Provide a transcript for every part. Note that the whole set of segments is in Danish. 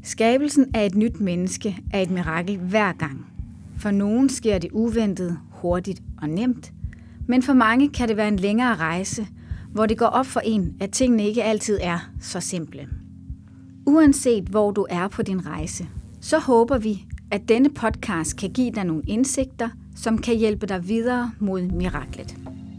Skabelsen af et nyt menneske er et mirakel hver gang. For nogen sker det uventet, hurtigt og nemt, men for mange kan det være en længere rejse, hvor det går op for en, at tingene ikke altid er så simple. Uanset hvor du er på din rejse, så håber vi, at denne podcast kan give dig nogle indsigter, som kan hjælpe dig videre mod miraklet.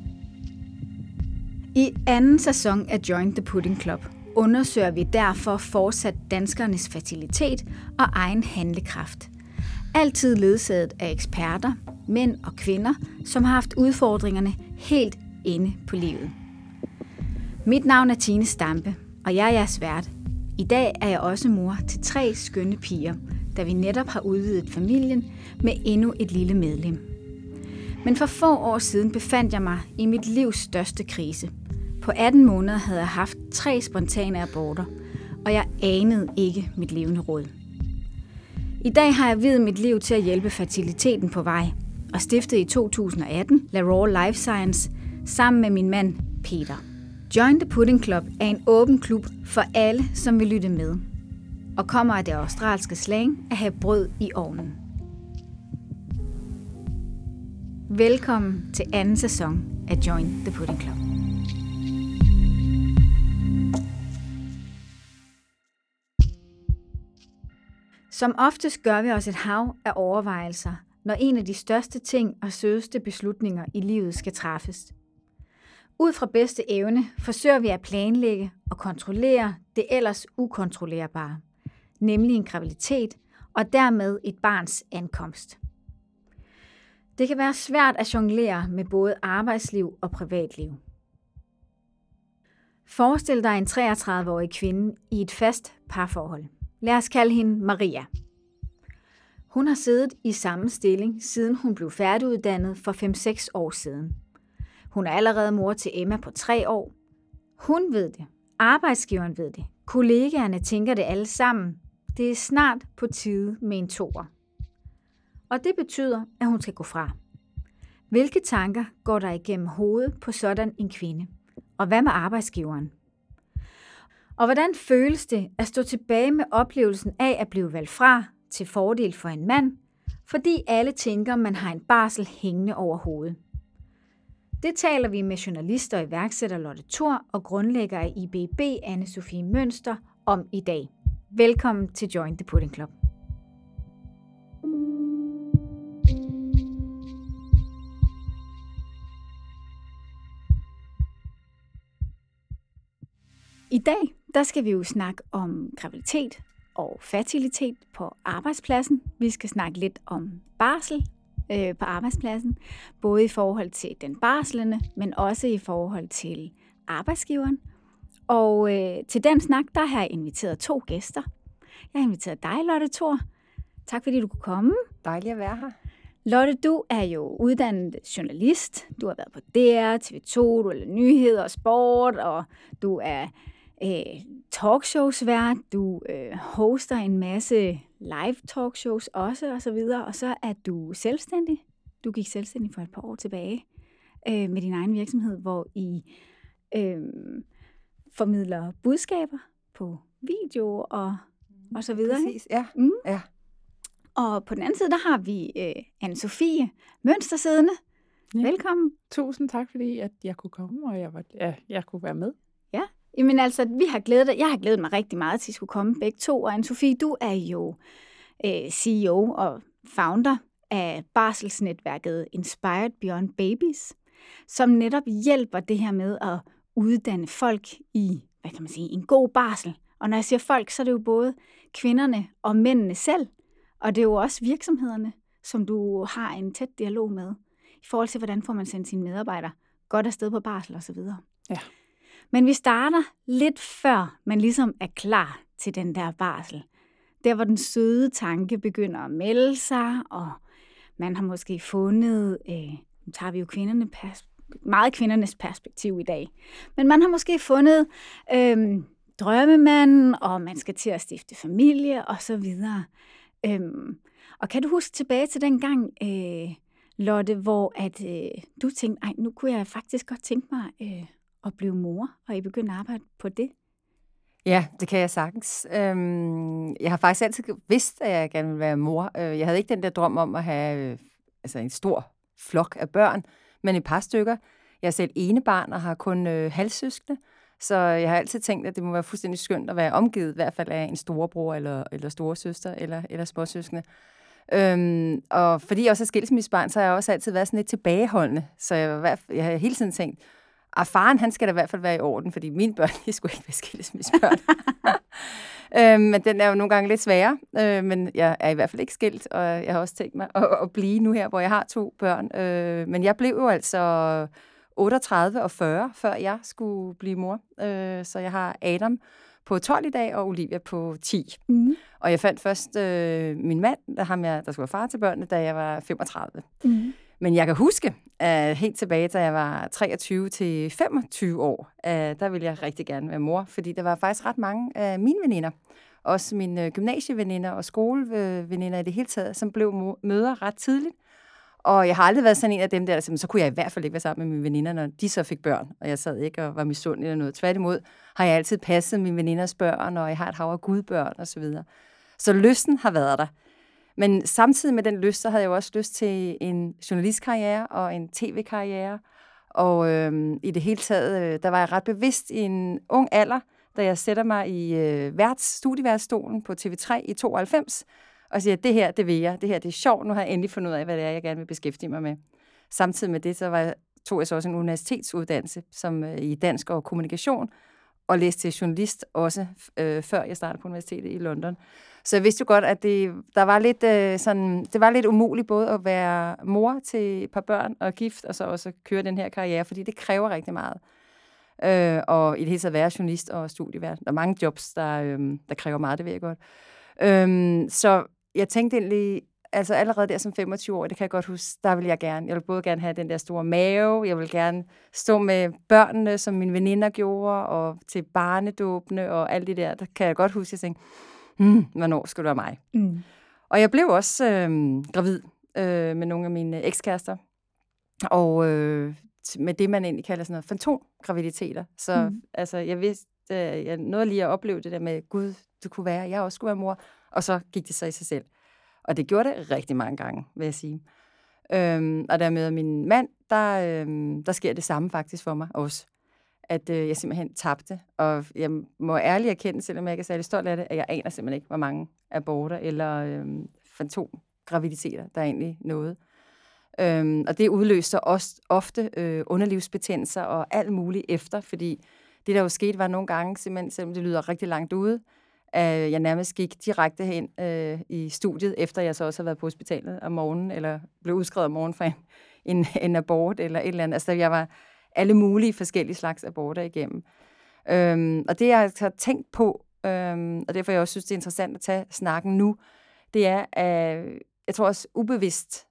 I anden sæson af Join the Pudding Club undersøger vi derfor fortsat danskernes fertilitet og egen handlekraft. Altid ledsaget af eksperter, mænd og kvinder, som har haft udfordringerne helt inde på livet. Mit navn er Tine Stampe, og jeg er jeres vært. I dag er jeg også mor til 3 skønne piger, da vi netop har udvidet familien med endnu et lille medlem. Men for få år siden befandt jeg mig i mit livs største krise. På 18 måneder havde jeg haft 3 spontane aborter, og jeg anede ikke mit levende råd. I dag har jeg viet mit liv til at hjælpe fertiliteten på vej, og stiftede i 2018 La Raw Life Science sammen med min mand Peter. Join the Pudding Club er en åben klub for alle, som vil lytte med, og kommer af det australske slang at have brød i ovnen. Velkommen til anden sæson af Join the Pudding Club. Som oftest gør vi os et hav af overvejelser, når en af de største ting og sødeste beslutninger i livet skal træffes. Ud fra bedste evne forsøger vi at planlægge og kontrollere det ellers ukontrollerbare, nemlig en graviditet og dermed et barns ankomst. Det kan være svært at jonglere med både arbejdsliv og privatliv. Forestil dig en 33-årig kvinde i et fast parforhold. Lad os kalde hende Maria. Hun har siddet i samme stilling, siden hun blev færdiguddannet for 5-6 år siden. Hun er allerede mor til Emma på 3 år. Hun ved det. Arbejdsgiveren ved det. Kollegaerne tænker det alle sammen. Det er snart på tide med en 2'er. Og det betyder, at hun skal gå fra. Hvilke tanker går der igennem hovedet på sådan en kvinde? Og hvad med arbejdsgiveren? Og hvordan føles det at stå tilbage med oplevelsen af at blive valgt fra til fordel for en mand, fordi alle tænker, man har en barsel hængende over hovedet? Det taler vi med journalist og iværksætter Lotte Thor og grundlægger af IBB Anne-Sophie Mønster om i dag. Velkommen til Join the Pudding Club. I dag der skal vi jo snakke om graviditet og fertilitet på arbejdspladsen. Vi skal snakke lidt om barsel på arbejdspladsen, både i forhold til den barslende, men også i forhold til arbejdsgiveren. Og til den snak, der har jeg inviteret 2 gæster. Jeg har inviteret dig, Lotte Thor. Tak fordi du kunne komme. Dejligt at være her. Lotte, du er jo uddannet journalist. Du har været på DR, TV2, du har lavet nyheder og sport, og du er talkshowsvært, du hoster en masse live talkshows også, og så videre, og så er du selvstændig. Du gik selvstændig for et par år tilbage med din egen virksomhed, hvor I formidler budskaber på video og så videre. Præcis, ja. Ja. Og på den anden side, der har vi Anne-Sophie Mønster siddende. Ja. Velkommen. Tusind tak, fordi at jeg kunne komme, og jeg kunne være med. Ja, jamen altså, jeg har glædet mig rigtig meget til at skulle komme begge to. Og Anne-Sophie, du er jo CEO og founder af barselsnetværket Inspired Beyond Babies, som netop hjælper det her med at uddanne folk i, en god barsel. Og når jeg siger folk, så er det jo både kvinderne og mændene selv, og det er jo også virksomhederne, som du har en tæt dialog med, i forhold til, hvordan får man sendt sine medarbejdere godt afsted på barsel osv. Ja. Men vi starter lidt før man ligesom er klar til den der barsel. Der, hvor den søde tanke begynder at melde sig, og man har måske fundet, nu tager vi jo meget kvindernes perspektiv i dag, men man har måske fundet drømmemanden, og man skal til at stifte familie og så videre. Og kan du huske tilbage til den gang, Lotte, hvor at, du tænkte, nu kunne jeg faktisk godt tænke mig at blive mor, og I begyndte at arbejde på det? Ja, det kan jeg sagtens. Jeg har faktisk altid vidst, at jeg gerne ville være mor. Jeg havde ikke den der drøm om at have en stor flok af børn, men et par stykker. Jeg er selv enebarn og har kun halvsøskende, så jeg har altid tænkt, at det må være fuldstændig skønt at være omgivet, i hvert fald af en storebror eller storesøster eller småsøskende. Og fordi jeg også er skilsmissebarn, så har jeg også altid været sådan lidt tilbageholdende. Så jeg har hele tiden tænkt, at faren, han skal da i hvert fald være i orden, fordi mine børn, de skulle ikke være skilsmissebørn. Men den er jo nogle gange lidt sværere, men jeg er i hvert fald ikke skilt, og jeg har også tænkt mig at blive nu her, hvor jeg har 2 børn. Men jeg blev jo altså 38 og 40, før jeg skulle blive mor. Så jeg har Adam på 12 i dag, og Olivia på 10. Mm. Og jeg fandt først min mand, der skulle være far til børnene, da jeg var 35. Mm. Men jeg kan huske, at helt tilbage, da jeg var 23 til 25 år, der ville jeg rigtig gerne være mor, fordi der var faktisk ret mange af mine veninder, også mine gymnasieveninder og skoleveninder i det hele taget, som blev mødre ret tidligt. Og jeg har aldrig været sådan en af dem der så kunne jeg i hvert fald ikke være sammen med mine veninder, når de så fik børn, og jeg sad ikke og var misundelig eller noget. Tværtimod har jeg altid passet mine veninders børn, og jeg har et hav af gudbørn og så videre. Så lysten har været der. Men samtidig med den lyst, så havde jeg jo også lyst til en journalistkarriere og en tv-karriere. Og i det hele taget, der var jeg ret bevidst i en ung alder, da jeg sætter mig i studieværtsstolen på TV3 i 92, og siger, det her, det vil jeg. Det her, det er sjovt. Nu har jeg endelig fundet ud af, hvad det er, jeg gerne vil beskæftige mig med. Samtidig med det, så tog jeg så også en universitetsuddannelse som i dansk og kommunikation, og læste til journalist også, før jeg startede på universitetet i London. Så jeg vidste jo godt, at det var lidt umuligt både at være mor til et par børn og gift, og så også køre den her karriere, fordi det kræver rigtig meget. Og i det hele taget være journalist og studievært. Der er mange jobs, der kræver meget, det ved jeg godt. Så jeg tænkte egentlig, altså allerede der som 25 år, det kan jeg godt huske, der vil jeg vil både gerne have den der store mave, jeg vil gerne stå med børnene, som mine veninder gjorde, og til barnedåbene og alt det der kan jeg godt huske, jeg tænkte, hvornår skulle det være mig? Mm. Og jeg blev også gravid med nogle af mine ekskærester, og med det, man egentlig kalder sådan noget fantomgraviditeter. Så altså, jeg vidste, jeg nåede lige at opleve det der med, Gud, det kunne være, jeg også skulle være mor, og så gik det så i sig selv. Og det gjorde det rigtig mange gange, vil jeg sige. Og der med min mand, der sker det samme faktisk for mig også. At jeg simpelthen tabte. Og jeg må ærligt erkende, selvom jeg ikke er særlig stolt af det, at jeg aner simpelthen ikke, hvor mange aborter eller fantomgraviditeter, der er egentlig noget. Og det udløste også ofte underlivsbetændelser og alt muligt efter, fordi det, der jo skete, var nogle gange, simpelthen, selvom det lyder rigtig langt ude, at jeg nærmest gik direkte hen i studiet, efter jeg så også havde været på hospitalet om morgenen, eller blev udskrevet om morgenen for en abort, eller et eller andet. Altså, jeg var alle mulige forskellige slags aborter igennem. Og det, jeg har tænkt på, og derfor jeg også synes, det er interessant at tage snakken nu, det er, at jeg tror også ubevidst,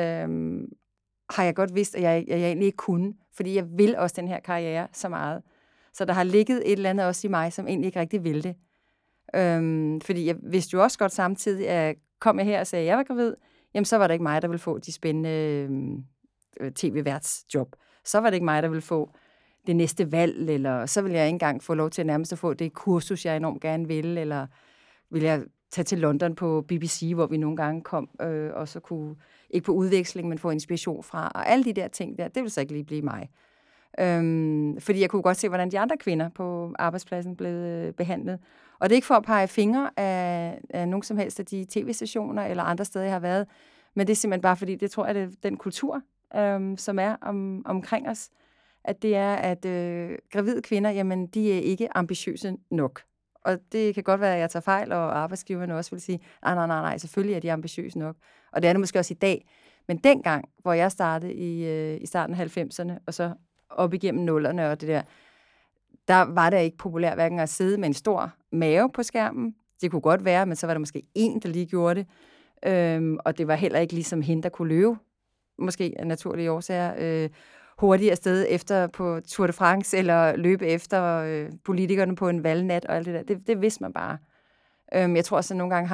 har jeg godt vidst, at jeg egentlig ikke kunne, fordi jeg vil også den her karriere så meget. Så der har ligget et eller andet også i mig, som egentlig ikke rigtig ville det. Fordi jeg vidste jo også godt samtidig, at kom jeg her og sagde, at jeg var gravid, jamen så var det ikke mig, der ville få de spændende tv-værtsjob. Så var det ikke mig, der ville få det næste valg, eller så ville jeg ikke engang få lov til at nærmest at få det kursus, jeg enormt gerne ville, eller ville jeg tage til London på BBC, hvor vi nogle gange kom, og så kunne, ikke på udveksling, men få inspiration fra, og alle de der ting der, det ville så ikke lige blive mig. Fordi jeg kunne godt se, hvordan de andre kvinder på arbejdspladsen blev behandlet. Og det er ikke for at pege fingre af nogen som helst af de tv-stationer eller andre steder, jeg har været, men det er simpelthen bare fordi, det tror jeg, det er den kultur, som er omkring os, at det er, at gravide kvinder, jamen, de er ikke ambitiøse nok. Og det kan godt være, at jeg tager fejl, og arbejdsgiverne også vil sige, nej, selvfølgelig er de ambitiøse nok. Og det er det måske også i dag. Men dengang, hvor jeg startede i starten af 90'erne, og så op igennem 0'erne og det der var det ikke populært hverken at sidde med en stor mave på skærmen. Det kunne godt være, men så var der måske en, der lige gjorde det. Og det var heller ikke ligesom hende, der kunne løbe, måske af naturlige årsager, hurtigt afsted efter på Tour de France, eller løbe efter politikerne på en valgnat og alt det der. Det vidste man bare. Jeg tror også, at nogle gange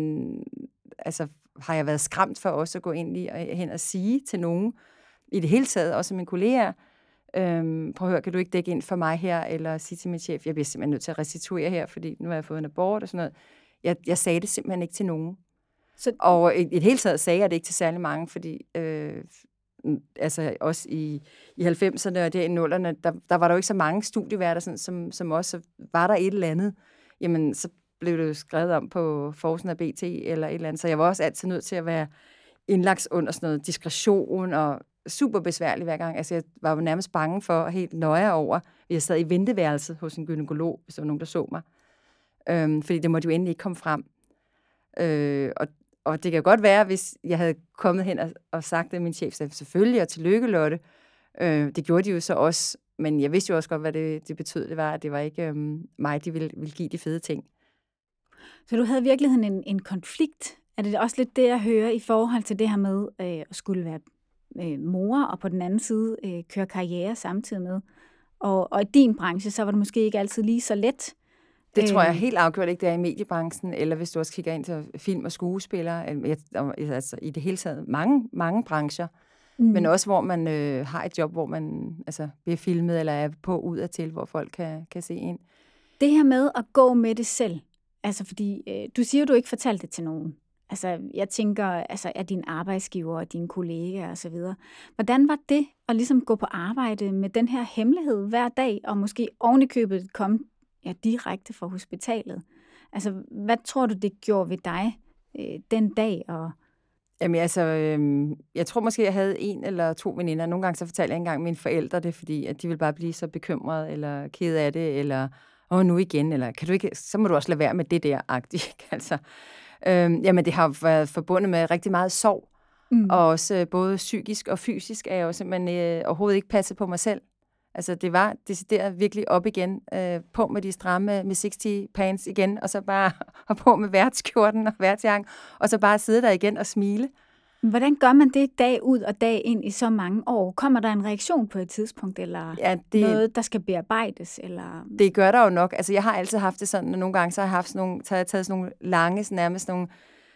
har jeg været skræmt for også at gå ind hen og sige til nogen, i det hele taget, også mine kolleger, Prøv at høre, kan du ikke dække ind for mig her, eller sige til min chef, jeg bliver simpelthen nødt til at restituere her, fordi nu har jeg fået en abort og sådan noget. Jeg sagde det simpelthen ikke til nogen. Og i det hele taget sagde jeg det ikke til særlig mange, fordi altså også i 90'erne og der i 0'erne, der var der jo ikke så mange studieværter, sådan, som også var der et eller andet. Jamen, så blev det jo skrevet om på forsiden af BT eller et eller andet. Så jeg var også altid nødt til at være indlagt under sådan noget diskretion og super besværlig hver gang. Altså, jeg var jo nærmest bange for og helt nøje over, at jeg sad i venteværelset hos en gynækolog, hvis der var nogen, der så mig. Fordi det måtte jo endelig ikke komme frem. Og det kan godt være, hvis jeg havde kommet hen og sagt det, min chef sagde, selvfølgelig, og tillykke, Lotte. Det gjorde de jo så også, men jeg vidste jo også godt, hvad det betød. Det var, at det var ikke mig, de ville give de fede ting. Så du havde i virkeligheden en konflikt. Er det også lidt det, jeg hører i forhold til det her med at skulle være mor, og på den anden side køre karriere samtidig med? Og i din branche, så var det måske ikke altid lige så let. Det tror jeg helt afgjort ikke, det er i mediebranchen, eller hvis du også kigger ind til film og skuespillere, altså i det hele taget mange brancher, men også hvor man har et job, hvor man bliver filmet eller er på udadtil, hvor folk kan se ind. Det her med at gå med det selv, altså fordi du siger, at du ikke fortalte det til nogen. Altså jeg tænker, at din arbejdsgiver og dine kollegaer og så videre. Hvordan var det at ligesom gå på arbejde med den her hemmelighed hver dag, og måske ovenikøbet komme direkte fra hospitalet? Altså, hvad tror du, det gjorde ved dig den dag? Jamen jeg tror måske, jeg havde 1 eller 2 veninder. Nogle gange så fortalte jeg engang mine forældre det, fordi at de ville bare blive så bekymrede, eller ked af det, eller nu igen, eller kan du ikke, så må du også lade være med det der-agtigt. Altså, jamen det har været forbundet med rigtig meget sorg, og også både psykisk og fysisk, er jeg jo simpelthen overhovedet ikke passet på mig selv. Altså, det var decideret virkelig op igen, på med de stramme med 60 pants igen, og så bare på med værtskjorten og værtsjakken, og så bare sidde der igen og smile. Hvordan gør man det dag ud og dag ind i så mange år? Kommer der en reaktion på et tidspunkt, eller noget, der skal bearbejdes? Eller? Det gør der jo nok. Altså, jeg har altid haft det sådan, og nogle gange så har jeg haft taget sådan nogle lange, nærmest nogle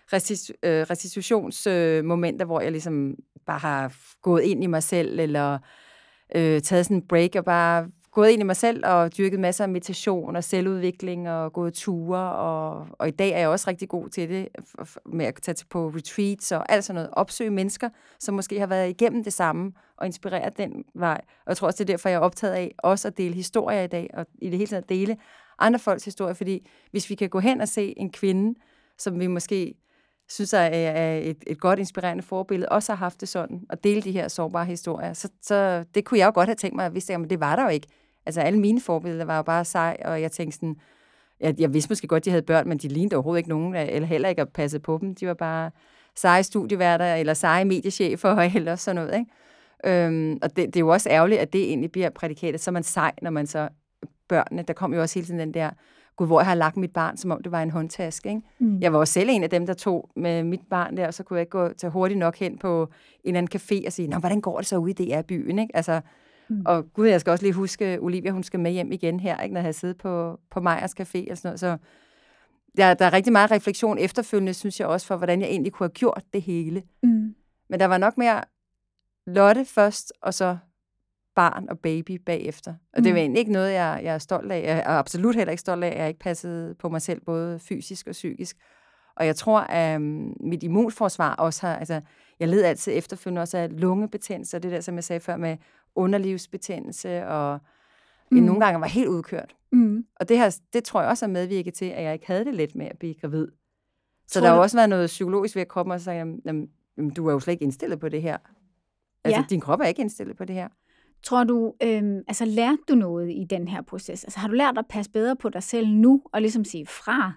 restitutionsmomenter, hvor jeg ligesom bare har gået ind i mig selv, eller taget sådan en break og bare gået ind i mig selv og dyrket masser af meditation og selvudvikling og gået ture. Og i dag er jeg også rigtig god til det, med at tage på retreats og alt sådan noget. Opsøge mennesker, som måske har været igennem det samme og inspirere den vej. Og jeg tror også, det er derfor, jeg er optaget af også at dele historier i dag, og i det hele taget dele andre folks historier. Fordi hvis vi kan gå hen og se en kvinde, som vi måske synes er et godt inspirerende forbillede, også har haft det sådan, og dele de her sårbare historier, så det kunne jeg jo godt have tænkt mig, at vidste, men det var der jo ikke. Altså alle mine forbilleder var jo bare sej, og jeg tænkte sådan, jeg vidste måske godt, de havde børn, men de lignede overhovedet ikke nogen, eller heller ikke at passe på dem. De var bare seje studieværter, eller seje mediechefer, eller sådan noget, ikke? Og det er jo også ærgerligt, at det egentlig bliver prædikatet, så man sej, når man så børnene, der kom jo også hele tiden den der, gud, hvor jeg har lagt mit barn, som om det var en håndtaske, ikke? Jeg var også selv en af dem, der tog med mit barn der, og så kunne jeg ikke gå til hurtigt nok hen på en eller anden café og sige, nå, hvordan går det så ude i DR-byen, ikke? Altså, og gud, jeg skal også lige huske, Olivia, hun skal med hjem igen her, ikke, når jeg har siddet på Meyers Café og sådan noget, så der er rigtig meget refleksion efterfølgende, synes jeg også, for hvordan jeg egentlig kunne have gjort det hele. Men der var nok mere Lotte først, og så barn og baby bagefter. Og det var egentlig ikke noget, jeg er stolt af. Jeg er absolut heller ikke stolt af, at jeg ikke passede på mig selv, både fysisk og psykisk. Og jeg tror, at mit immunforsvar også har, altså, jeg led altid efterfølgende også af lungebetændelse, og det der, som jeg sagde før, med underlivsbetændelse, og nogle gange var helt udkørt. Og det tror jeg også har medvirket til, at jeg ikke havde det let med at blive gravid. Så der har også været noget psykologisk ved at komme og sige, du er jo slet ikke indstillet på det her. Altså, din krop er ikke indstillet på det her. Tror du, lærte du noget i den her proces? Altså, har du lært at passe bedre på dig selv nu, og ligesom sige fra,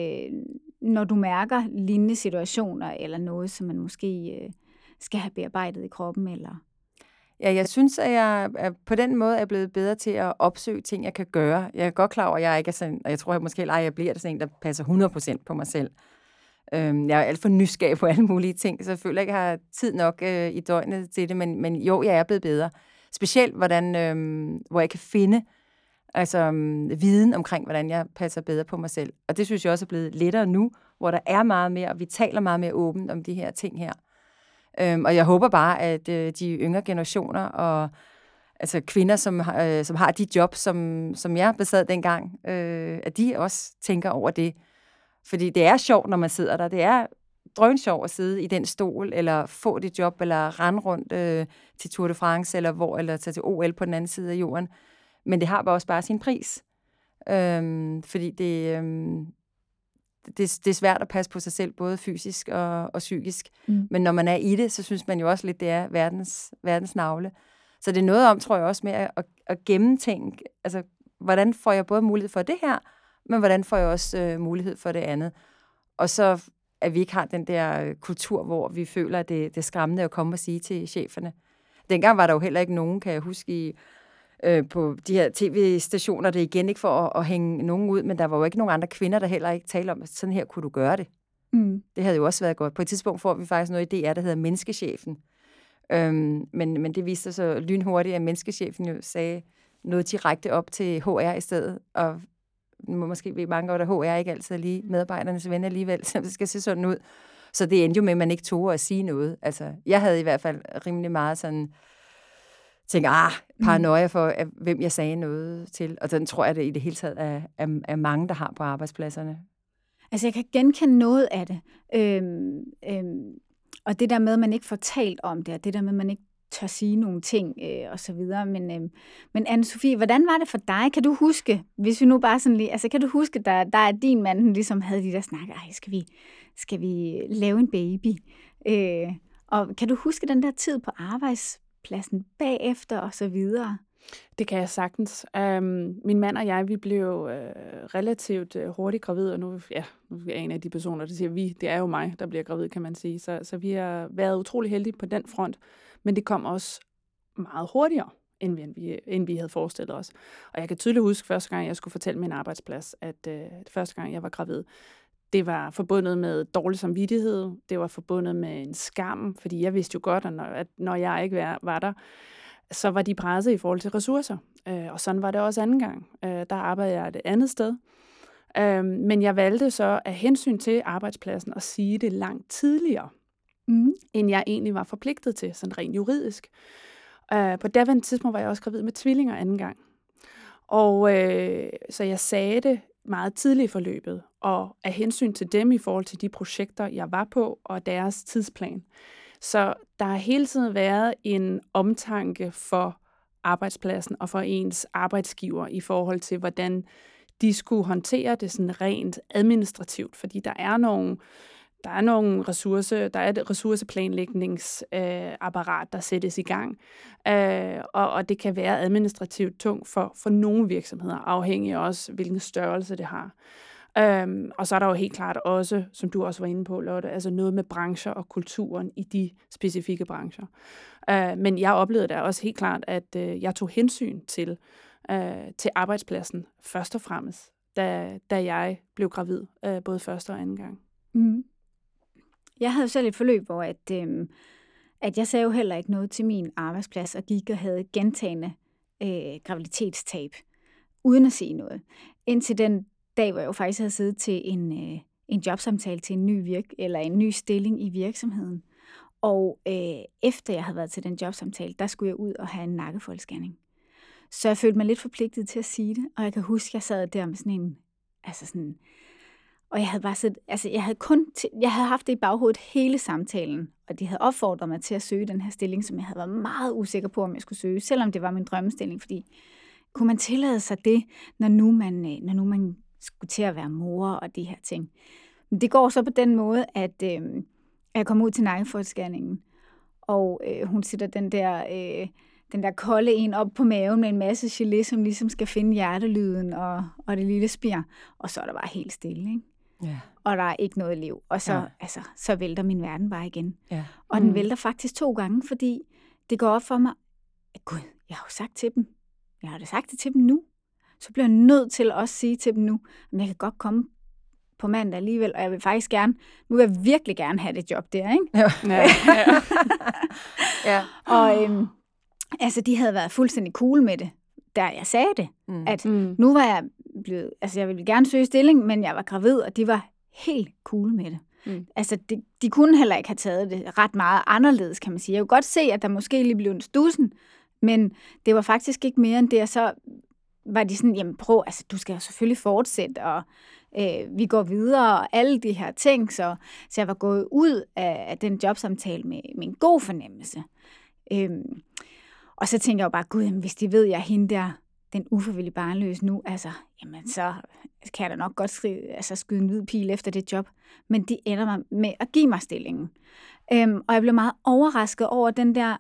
når du mærker lignende situationer, eller noget, som man måske skal have bearbejdet i kroppen, eller? Ja, jeg synes, at jeg på den måde er blevet bedre til at opsøge ting, jeg kan gøre. Jeg er godt klar over, at jeg ikke er sådan, og jeg tror, at måske jeg bliver sådan en, der passer 100% på mig selv. Jeg er alt for nysgerrig på alle mulige ting, så jeg føler ikke, jeg har tid nok i døgnet til det, men jo, jeg er blevet bedre. Specielt, hvor jeg kan finde viden omkring, hvordan jeg passer bedre på mig selv. Og det synes jeg også er blevet lettere nu, hvor der er meget mere, og vi taler meget mere åbent om de her ting her. Og jeg håber bare, at de yngre generationer og altså kvinder, som har de jobs, som jeg besad dengang, at de også tænker over det. Fordi det er sjovt, når man sidder der. Det er drønsjovt at sidde i den stol, eller få det job, eller rende rundt til Tour de France, eller tage til OL på den anden side af jorden. Men det har også bare sin pris. Fordi det er svært at passe på sig selv, både fysisk og psykisk. Men når man er i det, så synes man jo også lidt, det er verdens navle. Så det er noget om, tror jeg også, med at gennemtænke, altså, hvordan får jeg både mulighed for det her, men hvordan får jeg også mulighed for det andet. Og så, at vi ikke har den der kultur, hvor vi føler, at det er skræmmende at komme og sige til cheferne. Dengang var der jo heller ikke nogen, kan jeg huske, på de her tv-stationer, det igen ikke for at hænge nogen ud, men der var jo ikke nogen andre kvinder, der heller ikke talte om, at sådan her kunne du gøre det. Det havde jo også været godt. På et tidspunkt får vi faktisk noget i DR, der hedder Menneskechefen. Men det viste sig så lynhurtigt, at menneskechefen jo sagde noget direkte op til HR i stedet, og måske ved mange godt, at HR ikke altid er lige medarbejdernes ven alligevel, så det skal se sådan ud. Så det endte jo med, at man ikke tog at sige noget. Altså, jeg havde i hvert fald rimelig meget sådan, tænkte, paranoia for, hvem jeg sagde noget til, og den tror jeg, det i det hele taget er mange, der har på arbejdspladserne. Altså, jeg kan genkende noget af det. Og det der med, at man ikke får talt om det, og det der med, at man ikke tør sige nogle ting, og så videre. Men Anne-Sophie, hvordan var det for dig? Kan du huske, hvis vi nu bare sådan lige, altså kan du huske, der er din mand, ligesom havde de der snakker, skal vi lave en baby? Og kan du huske den der tid på arbejdspladsen bagefter, og så videre? Det kan jeg sagtens. Min mand og jeg, vi blev relativt hurtigt gravid, og nu er jeg en af de personer, der siger vi. Det er jo mig, der bliver gravid, kan man sige. Så vi har været utrolig heldige på den front, men det kom også meget hurtigere, end vi havde forestillet os. Og jeg kan tydeligt huske første gang, jeg skulle fortælle min arbejdsplads, at første gang, jeg var gravid, det var forbundet med dårlig samvittighed, det var forbundet med en skam, fordi jeg vidste jo godt, at når jeg ikke var der, så var de presset i forhold til ressourcer. Og sådan var det også anden gang. Der arbejdede jeg et andet sted. Men jeg valgte så af hensyn til arbejdspladsen at sige det langt tidligere, end jeg egentlig var forpligtet til, sådan rent juridisk. På daværende tidspunkt var jeg også gravid med tvillinger anden gang. Og så jeg sagde det meget tidligt i forløbet, og af hensyn til dem i forhold til de projekter, jeg var på, og deres tidsplan. Så der har hele tiden været en omtanke for arbejdspladsen og for ens arbejdsgiver i forhold til, hvordan de skulle håndtere det sådan rent administrativt, fordi der er et ressourceplanlægningsapparat, der sættes i gang, og det kan være administrativt tungt for nogle virksomheder, afhængig også, hvilken størrelse det har. Og så er der jo helt klart også, som du også var inde på, Lotte, altså noget med brancher og kulturen i de specifikke brancher. Men jeg oplevede da også helt klart, at jeg tog hensyn til arbejdspladsen først og fremmest, da jeg blev gravid, både første og anden gang. Jeg havde jo selv et forløb, hvor at jeg sagde jo heller ikke noget til min arbejdsplads, og gik og havde gentagende graviditetstab, uden at sige noget. Indtil den dag, hvor jeg jo faktisk havde siddet til en jobsamtale til en ny stilling i virksomheden. Og efter jeg havde været til den jobsamtale, der skulle jeg ud og have en nakkefoldsscanning. Så jeg følte mig lidt forpligtet til at sige det, og jeg kan huske, at jeg sad der med og jeg havde bare siddet, altså jeg havde haft det i baghovedet hele samtalen, og de havde opfordret mig til at søge den her stilling, som jeg havde været meget usikker på, om jeg skulle søge, selvom det var min drømmestilling, fordi kunne man tillade sig det, når nu man skulle til at være mor og de her ting. Men det går så på den måde, at jeg kom ud til nakkefoldsscanningen, og hun sætter den der kolde en op på maven med en masse gelé, som ligesom skal finde hjertelyden og det lille spir, og så er der bare helt stille, ikke? Ja. Og der er ikke noget liv, og så vælter min verden bare igen. Ja. Og den vælter faktisk 2 gange, fordi det går op for mig, at gud, jeg har da sagt det til dem nu, så bliver jeg nødt til at også sige til dem nu, at jeg kan godt komme på mandag alligevel, og jeg vil faktisk gerne, nu vil jeg virkelig gerne have det job der, ikke? Ja. Ja. Og altså, de havde været fuldstændig cool med det, da jeg sagde det, at nu var jeg blevet, altså jeg ville gerne søge stilling, men jeg var gravid, og de var helt cool med det. Altså, de kunne heller ikke have taget det ret meget anderledes, kan man sige. Jeg kunne godt se, at der måske lige blev en studsen, Men det var faktisk ikke mere end det, og så var de sådan, jamen prøv, altså du skal jo selvfølgelig fortsætte, og vi går videre, og alle de her ting, så jeg var gået ud af den jobsamtale med en god fornemmelse. Og så tænkte jeg jo bare, gud, jamen, hvis de ved, jeg er hende der, den ufrivillige barnløse nu, altså, jamen så kan jeg da nok godt skyde en hvid pil efter det job. Men de ender mig med at give mig stillingen. Og jeg blev meget overrasket over den der,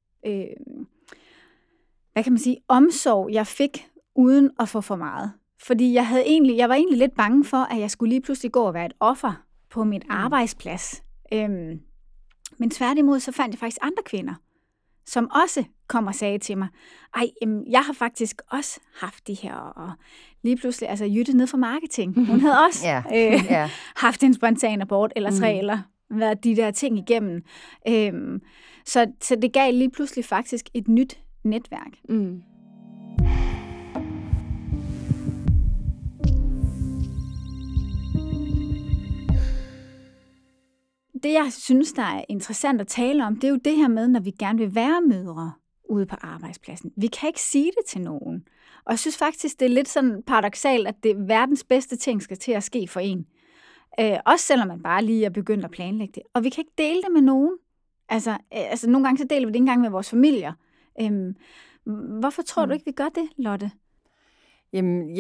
hvad kan man sige, omsorg, jeg fik, uden at få for meget. Fordi jeg var egentlig lidt bange for, at jeg skulle lige pludselig gå og være et offer på min arbejdsplads. Men tværtimod, så fandt jeg faktisk andre kvinder, som også kom og sagde til mig, jeg har faktisk også haft de her, og lige pludselig, altså Jytte ned fra marketing, hun havde også haft en spontan abort, eller 3, eller været de der ting igennem. Så det gav lige pludselig faktisk et nyt netværk. Mm. Det, jeg synes, der er interessant at tale om, det er jo det her med, når vi gerne vil være mødre ude på arbejdspladsen. Vi kan ikke sige det til nogen. Og jeg synes faktisk, det er lidt sådan paradoksalt, at det verdens bedste ting skal til at ske for en. Også selvom man bare lige er begyndt at planlægge det. Og vi kan ikke dele det med nogen. Altså nogle gange så deler vi det ikke engang med vores familier. Hvorfor tror du ikke, vi gør det, Lotte? Jamen,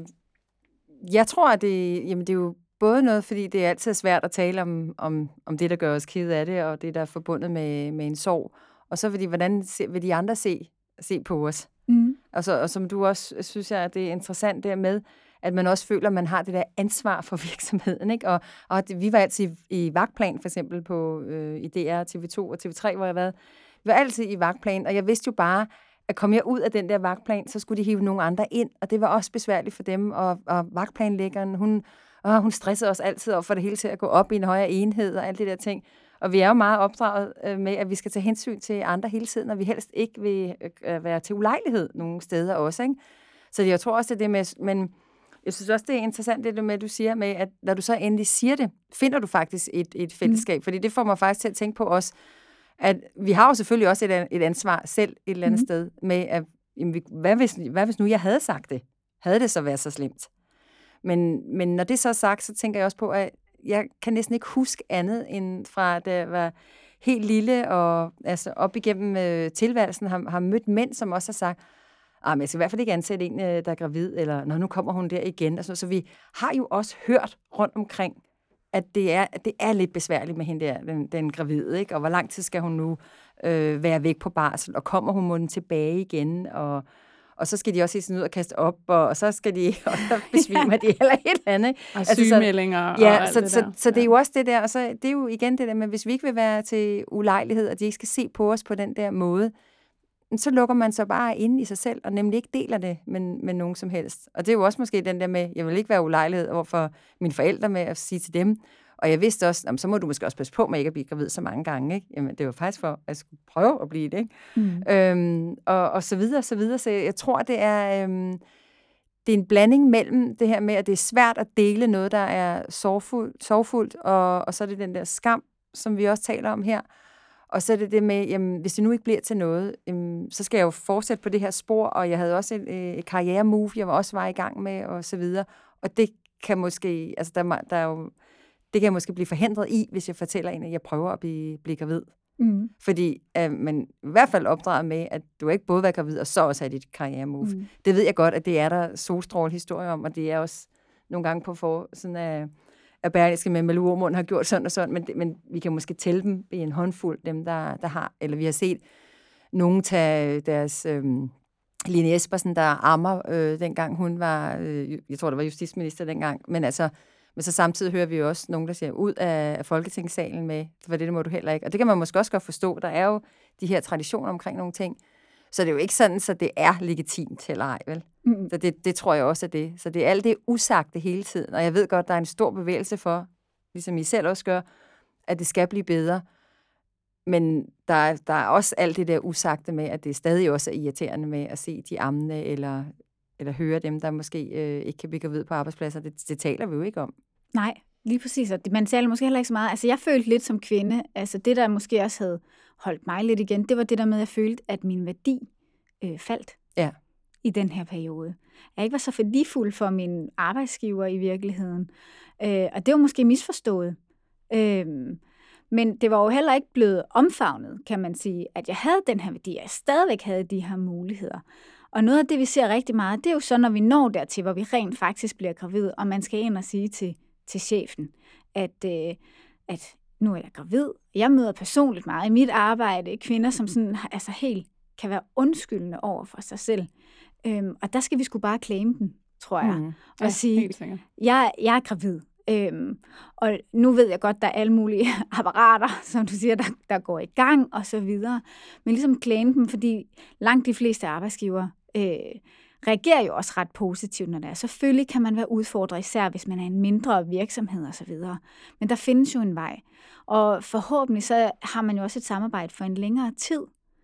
jeg tror, at det er jo både noget, fordi det er altid svært at tale om det, der gør os kede af det, og det, der er forbundet med en sorg. Og så hvordan vil de andre se på os? Mm. Og som du også synes, at det er interessant dermed, at man også føler, at man har det der ansvar for virksomheden. Ikke? Og vi var altid i vagtplan, for eksempel i DR, TV2 og TV3, hvor jeg var. Vi var altid i vagtplan, og jeg vidste jo bare, at kom jeg ud af den der vagtplan, så skulle de hive nogle andre ind, og det var også besværligt for dem. Og vagtplanlæggeren, hun stressede os altid op for det hele til at gå op i en højere enhed og alt det der ting. Og vi er jo meget opdraget med, at vi skal tage hensyn til andre hele tiden, og vi helst ikke vil være til ulejlighed nogle steder også. Ikke? Så jeg tror også, det med, men jeg synes også, det er interessant det med, at du siger med, at når du så endelig siger det, finder du faktisk et fællesskab. Fordi det får mig faktisk til at tænke på os, at vi har jo selvfølgelig også et ansvar selv et eller andet sted med, at hvad hvis nu jeg havde sagt det? Havde det så været så slemt? Men når det så er sagt, så tænker jeg også på, at jeg kan næsten ikke huske andet, end fra da jeg var helt lille, og altså op igennem tilværelsen har mødt mænd, som også har sagt, men jeg skal i hvert fald ikke ansætte en, der er gravid, eller nu kommer hun der igen. Så vi har jo også hørt rundt omkring, at det er lidt besværligt med hende der, den gravide, ikke? Og hvor lang tid skal hun nu være væk på barsel, og kommer hun må den tilbage igen, og så skal de også sådan ud og kaste op, og så skal de også besvime de eller et eller andet. Og sygemeldinger og alt det der. Så det er jo også det der, og så det er jo igen det der, men hvis vi ikke vil være til ulejlighed, og de ikke skal se på os på den der måde, så lukker man så bare inde i sig selv, og nemlig ikke deler det med nogen som helst. Og det er jo også måske den der med, jeg vil ikke være ulejlighed overfor mine forældre med at sige til dem, og jeg vidste også, så må du måske også passe på med ikke at blive gravid så mange gange, ikke? Jamen, det var faktisk for, at jeg skulle prøve at blive det, ikke? Og så videre, så videre. Så jeg tror, det er en blanding mellem det her med, at det er svært at dele noget, der er sorgfuldt, og så er det den der skam, som vi også taler om her. Og så er det det med, jamen, hvis det nu ikke bliver til noget, så skal jeg jo fortsætte på det her spor, og jeg havde også et karriere-move, jeg også var i gang med, og så videre. Og det kan måske, altså der er jo, det kan jeg måske blive forhindret i, hvis jeg fortæller en, at jeg prøver at blive gravid. Mm. Fordi man i hvert fald opdrager med, at du ikke både være gravid, og så også have dit karriere-move. Mm. Det ved jeg godt, at det er der solstråle-historie om, og det er også nogle gange på sådan at Berlingske med Malou Aamund har gjort sådan og sådan, men vi kan måske tælle dem i en håndfuld, dem der har, eller vi har set nogen tage deres Lene Espersen, der ammer, dengang hun var, jeg tror, det var justitsminister dengang, men så samtidig hører vi jo også nogen, der siger, ud af Folketingssalen med, for det må du heller ikke. Og det kan man måske også godt forstå. Der er jo de her traditioner omkring nogle ting. Så det er jo ikke sådan, så det er legitimt eller ej, vel? Mm. Så det tror jeg også er det. Så det er alt det usagte hele tiden. Og jeg ved godt, der er en stor bevægelse for, ligesom I selv også gør, at det skal blive bedre. Men der er også alt det der usagte med, at det stadig også er irriterende med at se de ammende, eller høre dem, der måske ikke kan blive gravid på arbejdspladser. Det taler vi jo ikke om. Nej, lige præcis. Og man taler måske heller ikke så meget. Altså, jeg følte lidt som kvinde, altså det, der måske også havde holdt mig lidt igen, det var det der med, at jeg følte, at min værdi faldt Ja. i den her periode. Jeg ikke var så værdifuld for min arbejdsgiver i virkeligheden. Og det var måske misforstået. Men det var jo heller ikke blevet omfavnet, kan man sige, at jeg havde den her værdi, at jeg stadigvæk havde de her muligheder. Og noget af det, vi ser rigtig meget, det er jo så, når vi når dertil, hvor vi rent faktisk bliver gravid, og man skal ind og sige til chefen, at nu er jeg gravid. Jeg møder personligt meget i mit arbejde kvinder, som sådan, altså helt kan være undskyldende over for sig selv. Og der skal vi sgu bare claim den, tror jeg. Og sige, jeg er gravid. Og nu ved jeg godt, der er alle mulige apparater, som du siger, der går i gang og så videre. Men ligesom claim dem, fordi langt de fleste arbejdsgivere reagerer jo også ret positivt, når det er. Selvfølgelig kan man være udfordret, især hvis man er en mindre virksomhed og så videre. Men der findes jo en vej. Og forhåbentlig så har man jo også et samarbejde for en længere tid.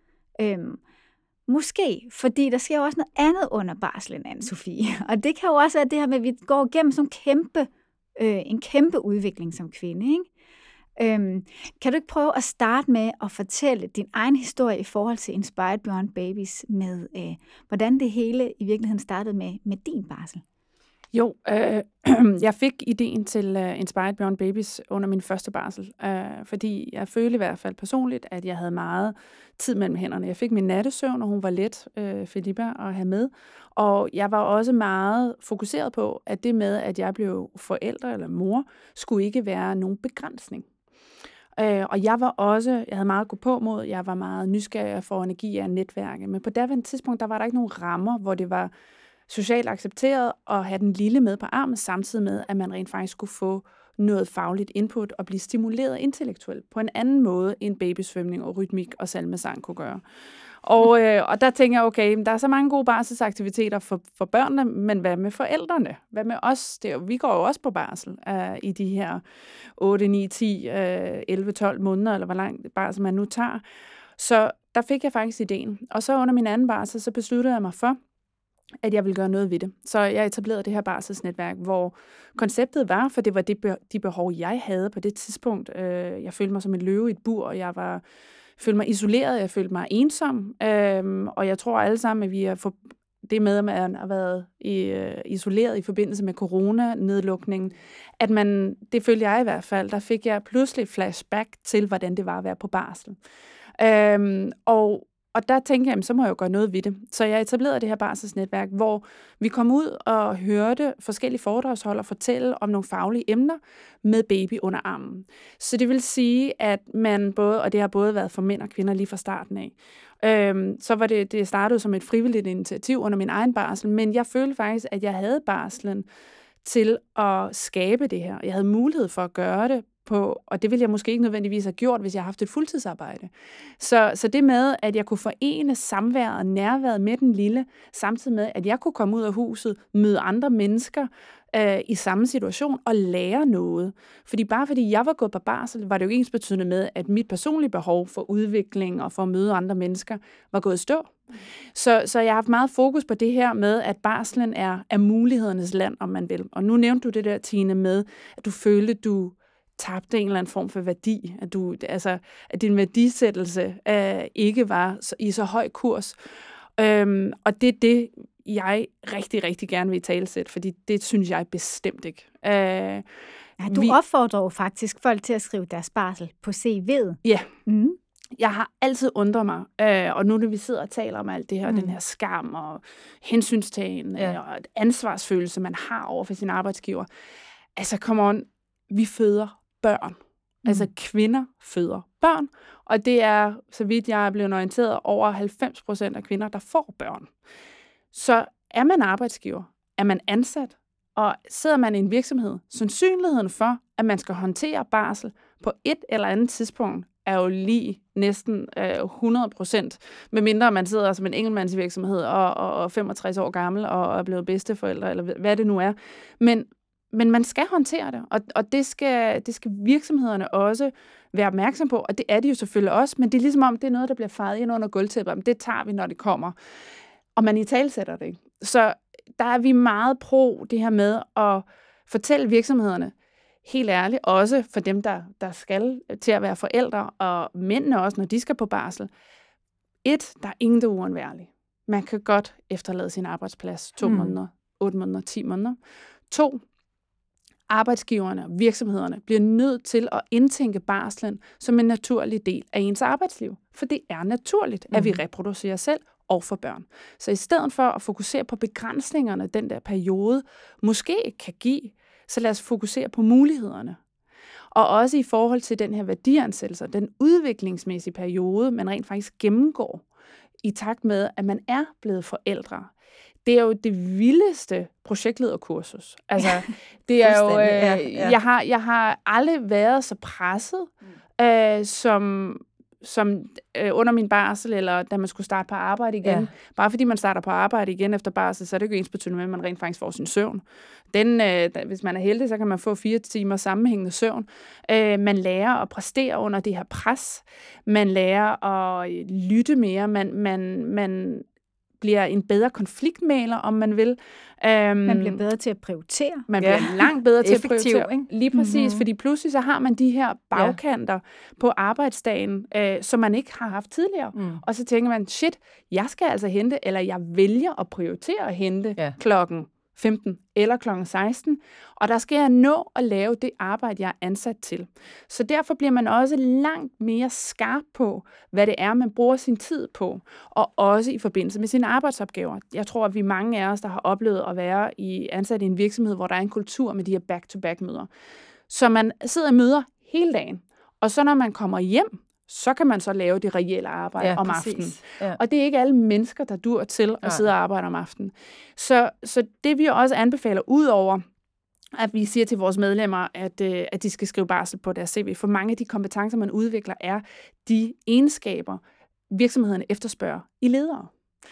Måske, fordi der sker jo også noget andet under barslen, Anne-Sophie. Og det kan jo også være det her med, at vi går igennem sådan en kæmpe udvikling som kvinde, ikke? Kan du ikke prøve at starte med at fortælle din egen historie i forhold til Inspired Beyond Babies, med hvordan det hele i virkeligheden startede med din barsel? Jo, jeg fik ideen til Inspired Beyond Babies under min første barsel, fordi jeg følte i hvert fald personligt, at jeg havde meget tid mellem hænderne. Jeg fik min nattesøvn, og hun var let, Filippa, at have med. Og jeg var også meget fokuseret på, at det med, at jeg blev forældre eller mor, skulle ikke være nogen begrænsning. Og jeg havde meget at gå på mod, jeg var meget nysgerrig for energi af netværket, men på daværende tidspunkt, der var der ikke nogen rammer, hvor det var socialt accepteret at have den lille med på armen, samtidig med, at man rent faktisk skulle få noget fagligt input og blive stimuleret intellektuelt på en anden måde, end babysvømning og rytmik og salmesang kunne gøre. Og der tænker jeg, okay, der er så mange gode barselsaktiviteter for børnene, men hvad med forældrene? Hvad med os? Vi går jo også på barsel i de her 8, 9, 10, 11, 12 måneder, eller hvor lang barsel man nu tager. Så der fik jeg faktisk ideen. Og så under min anden barsel, så besluttede jeg mig for, at jeg ville gøre noget ved det. Så jeg etablerede det her barselsnetværk, hvor konceptet var, for det var de behov, jeg havde på det tidspunkt. Jeg følte mig som en løve i et bur, og jeg følte mig isoleret, jeg følte mig ensom, og jeg tror alle sammen, at vi har fået det med, at man har været isoleret i forbindelse med coronanedlukningen, at det følte jeg i hvert fald, der fik jeg pludselig flashback til, hvordan det var at være på barsel. Og der tænkte jeg, så må jeg jo gøre noget ved det. Så jeg etablerede det her barselsnetværk, hvor vi kom ud og hørte forskellige foredragsholdere fortælle om nogle faglige emner med baby under armen. Så det vil sige, at man og det har både været for mænd og kvinder lige fra starten af. Så var det startede som et frivilligt initiativ under min egen barsel, men jeg følte faktisk, at jeg havde barslen til at skabe det her. Jeg havde mulighed for at gøre det og det ville jeg måske ikke nødvendigvis have gjort, hvis jeg havde haft et fuldtidsarbejde. Så det med, at jeg kunne forene samværet og nærværet med den lille, samtidig med, at jeg kunne komme ud af huset, møde andre mennesker i samme situation og lære noget. Fordi jeg var gået på barsel, var det jo ikke ensbetydende med, at mit personlige behov for udvikling og for at møde andre mennesker var gået i stå. Så jeg har haft meget fokus på det her med, at barslen er mulighedernes land, om man vil. Og nu nævnte du det der, Tine, med, at du følte, du tabte en eller anden form for værdi, at din værdisættelse ikke var i så høj kurs. Og det er det, jeg rigtig, rigtig gerne vil italesætte, fordi det synes jeg bestemt ikke. Du opfordrer jo faktisk folk til at skrive deres barsel på CV'et. Ja. Mm. Jeg har altid undret mig, og nu når vi sidder og taler om alt det her, den her skam og hensynstagen og ansvarsfølelse, man har over for sin arbejdsgiver. Altså, come on, vi føder børn. Altså, kvinder føder børn, og det er, så vidt jeg er blevet orienteret, over 90% af kvinder, der får børn. Så er man arbejdsgiver, er man ansat, og sidder man i en virksomhed, sandsynligheden for, at man skal håndtere barsel på et eller andet tidspunkt, er jo lige næsten 100%, medmindre man sidder som en enkeltmandsvirksomhed og 65 år gammel og er blevet bedsteforældre, eller hvad det nu er. Men man skal håndtere det, og det skal virksomhederne også være opmærksom på, og det er de jo selvfølgelig også, men det er ligesom om, det er noget, der bliver fejet ind under gulvtæppet, men det tager vi, når det kommer. Og man italesætter det ikke. Så der er vi meget pro det her med at fortælle virksomhederne, helt ærligt, også for dem, der skal til at være forældre, og mændene også, når de skal på barsel. Der er ingen, der er uundværlige. man kan godt efterlade sin arbejdsplads 2 måneder, 8 måneder, 10 måneder. 2, arbejdsgiverne og virksomhederne bliver nødt til at indtænke barslen som en naturlig del af ens arbejdsliv. For det er naturligt, at vi reproducerer selv og for børn. Så i stedet for at fokusere på begrænsningerne, den der periode måske kan give, så lad os fokusere på mulighederne. Og også i forhold til den her værdiansættelse, den udviklingsmæssige periode, man rent faktisk gennemgår i takt med, at man er blevet forældre. Det er jo det vildeste projektlederkursus. Altså, det er jo, jeg har aldrig været så presset, som under min barsel, eller da man skulle starte på arbejde igen. Ja. Bare fordi man starter på arbejde igen efter barsel, så er det ikke ensbetydende med, at man rent faktisk får sin søvn. Hvis man er heldig, så kan man få 4 timer sammenhængende søvn. Man lærer at præstere under det her pres. Man lærer at lytte mere. Man bliver en bedre konfliktmægler, om man vil. Man bliver bedre til at prioritere. Man bliver langt bedre til at prioritere. Ikke? Lige præcis, fordi pludselig så har man de her bagkanter på arbejdsdagen, som man ikke har haft tidligere. Og så tænker man, shit, jeg skal altså hente, eller jeg vælger at prioritere at hente klokken 15 eller klokken 16, og der skal jeg nå at lave det arbejde, jeg er ansat til. Så derfor bliver man også langt mere skarp på, hvad det er, man bruger sin tid på, og også i forbindelse med sine arbejdsopgaver. Jeg tror, at vi mange af os, der har oplevet at være ansat i en virksomhed, hvor der er en kultur med de her back-to-back-møder. Så man sidder i møder hele dagen, og så når man kommer hjem, så kan man så lave det reelle arbejde om aftenen. Ja. Og det er ikke alle mennesker, der dur til at sidde og arbejde om aftenen. Så det vi også anbefaler, udover at vi siger til vores medlemmer, at de skal skrive barsel på deres CV, for mange af de kompetencer, man udvikler, er de egenskaber, virksomhederne efterspørger i ledere.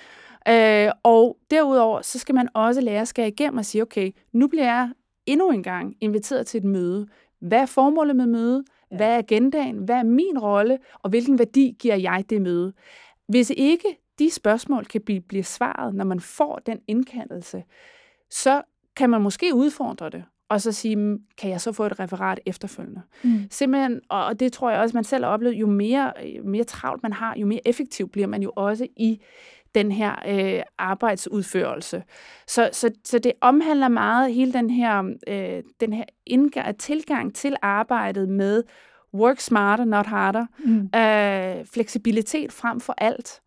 Og derudover, så skal man også lære at skære igennem og sige, okay, nu bliver jeg endnu en gang inviteret til et møde. Hvad er formålet med mødet? Hvad er agendaen? Hvad er min rolle? Og hvilken værdi giver jeg det møde? Hvis ikke de spørgsmål kan blive svaret, når man får den indkaldelse, så kan man måske udfordre det, og så sige, kan jeg så få et referat efterfølgende? Simpelthen, og det tror jeg også, man selv har oplevet, jo mere travlt man har, jo mere effektiv bliver man jo også i den her arbejdsudførelse. Så det omhandler meget hele den her tilgang til arbejdet med work smarter, not harder, fleksibilitet frem for alt.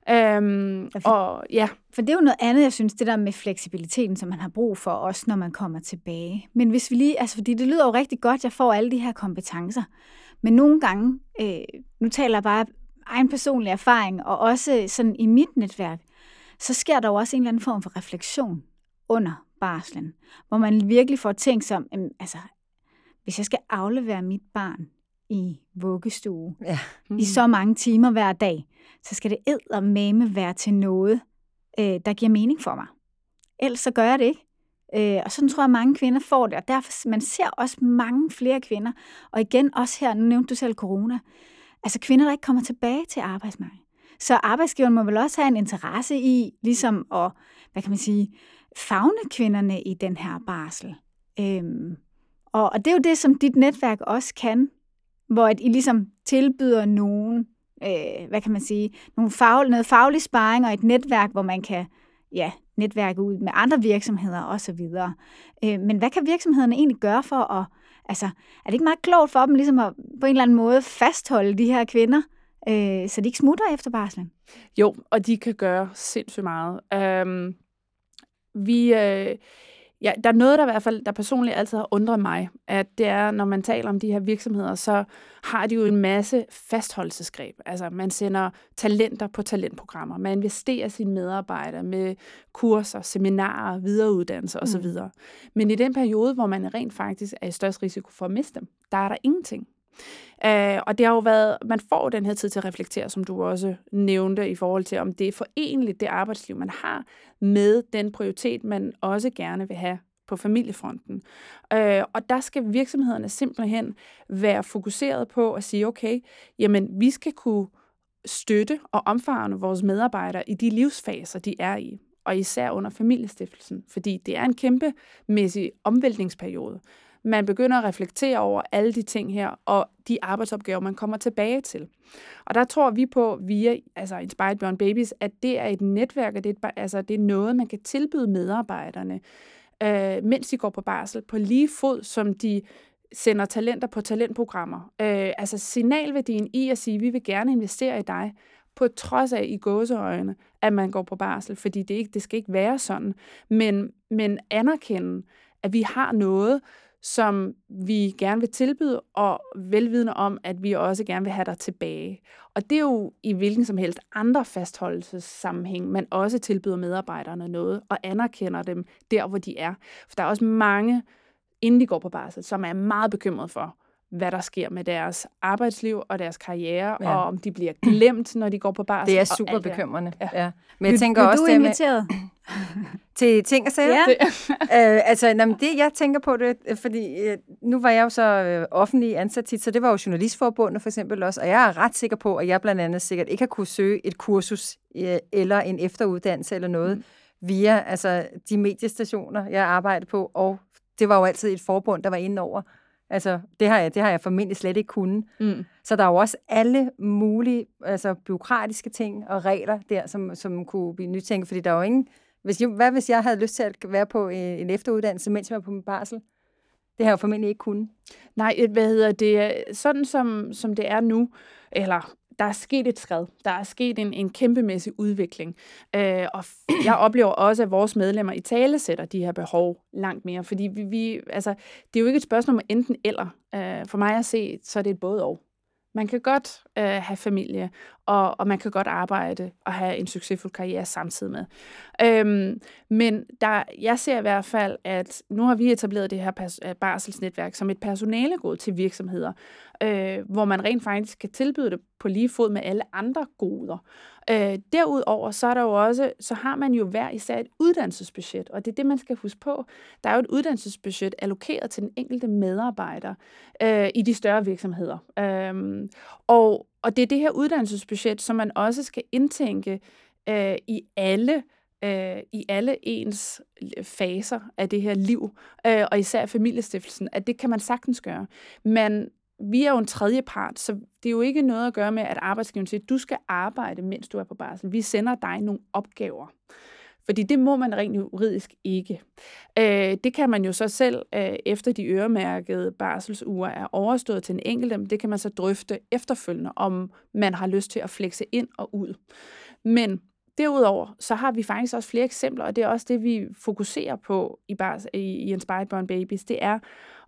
For det er jo noget andet, jeg synes, det der med fleksibiliteten, som man har brug for, også når man kommer tilbage. Men hvis vi lige, fordi det lyder jo rigtig godt, jeg får alle de her kompetencer, men nogle gange, nu taler jeg bare egen personlig erfaring, og også sådan i mit netværk, så sker der jo også en eller anden form for refleksion under barslen, hvor man virkelig får tænkt sig om, hvis jeg skal aflevere mit barn i vuggestue i så mange timer hver dag, så skal det eddermame være til noget, der giver mening for mig. Ellers så gør jeg det ikke. Og sådan tror jeg, at mange kvinder får det, og derfor man ser også mange flere kvinder, og igen også her, nu nævnte du selv corona, altså kvinder, der ikke kommer tilbage til arbejdsmarkedet. Så arbejdsgiveren må vel også have en interesse i, ligesom at, favne kvinderne i den her barsel. Og det er jo det, som dit netværk også kan, hvor I ligesom tilbyder nogen, noget faglig sparring og et netværk, hvor man kan netværke ud med andre virksomheder osv. Men hvad kan virksomhederne egentlig gøre for at, er det ikke meget klogt for dem ligesom at på en eller anden måde fastholde de her kvinder, så de ikke smutter efter barslen? Jo, og de kan gøre sindssygt meget. Der er noget, der i hvert fald, der personligt altid har undret mig, at det er, når man taler om de her virksomheder, så har de jo en masse fastholdelsesgreb. Altså, man sender talenter på talentprogrammer, man investerer sine medarbejdere med kurser, seminarer, videreuddannelser osv. Men i den periode, hvor man rent faktisk er i størst risiko for at miste dem, der er der ingenting. Og det har jo været, man får den her tid til at reflektere, som du også nævnte, i forhold til, om det er forenligt, det arbejdsliv, man har, med den prioritet, man også gerne vil have på familiefronten. Og der skal virksomhederne simpelthen være fokuseret på at sige, okay, jamen vi skal kunne støtte og omfavne vores medarbejdere i de livsfaser, de er i, og især under familiestiftelsen, fordi det er en kæmpemæssig omvæltningsperiode. man begynder at reflektere over alle de ting her, og de arbejdsopgaver, man kommer tilbage til. Og der tror vi på, via Inspired Beyond Babies, at det er et netværk, og det er noget, man kan tilbyde medarbejderne, mens de går på barsel, på lige fod, som de sender talenter på talentprogrammer. Signalværdien i at sige, vi vil gerne investere i dig, på trods af i gåseøjne, at man går på barsel, fordi det skal ikke være sådan, men anerkende, at vi har noget, som vi gerne vil tilbyde, og velvidende om, at vi også gerne vil have dig tilbage. Og det er jo i hvilken som helst andre fastholdelsessammenhæng, man også tilbyder medarbejderne noget, og anerkender dem der, hvor de er. For der er også mange, inden de går på barsel, som er meget bekymrede for, hvad der sker med deres arbejdsliv og deres karriere, og om de bliver glemt, når de går på barsel. Det er super bekymrende. Ja. Men jeg tænker også, du inviteret til ting og sager? Ja. Det jeg tænker på det, fordi nu var jeg jo så offentlig ansat tit, så det var jo Journalistforbundet for eksempel også, og jeg er ret sikker på, at jeg blandt andet sikkert ikke har kunne søge et kursus eller en efteruddannelse eller noget via de mediestationer, jeg arbejdede på, og det var jo altid et forbund, der var inde over. Det har jeg formentlig slet ikke kunnet. Så der er jo også alle mulige bureaukratiske ting og regler der, som kunne blive nytænkt, fordi der er jo ingen... Hvad hvis jeg havde lyst til at være på en efteruddannelse, mens jeg var på min barsel? Det har jeg jo formentlig ikke kunnet. Nej, sådan som det er nu, eller... Der er sket et skred. Der er sket en kæmpemæssig udvikling. Og jeg oplever også, at vores medlemmer i tale sætter de her behov langt mere. Fordi det er jo ikke et spørgsmål om enten eller. For mig at se, så er det et både og. Man kan godt have familie, og man kan godt arbejde og have en succesfuld karriere samtidig med. Men jeg ser i hvert fald, at nu har vi etableret det her barselsnetværk som et personalegode til virksomheder, hvor man rent faktisk kan tilbyde det på lige fod med alle andre goder. Derudover så er der jo også, så har man jo hver især et uddannelsesbudget, og det er det, man skal huske på. Der er jo et uddannelsesbudget allokeret til den enkelte medarbejder i de større virksomheder. Og det er det her uddannelsesbudget, som man også skal indtænke i alle ens faser af det her liv, og især familiestiftelsen, at det kan man sagtens gøre. Men vi er jo en tredje part, så det er jo ikke noget at gøre med, at arbejdsgiveren siger, at du skal arbejde, mens du er på barsel. Vi sender dig nogle opgaver. Fordi det må man rent juridisk ikke. Det kan man jo så selv, efter de øremærkede barselsuger er overstået til en enkelt, det kan man så drøfte efterfølgende, om man har lyst til at flexe ind og ud. Men derudover, så har vi faktisk også flere eksempler, og det er også det, vi fokuserer på i Inspired Beyond Babies, det er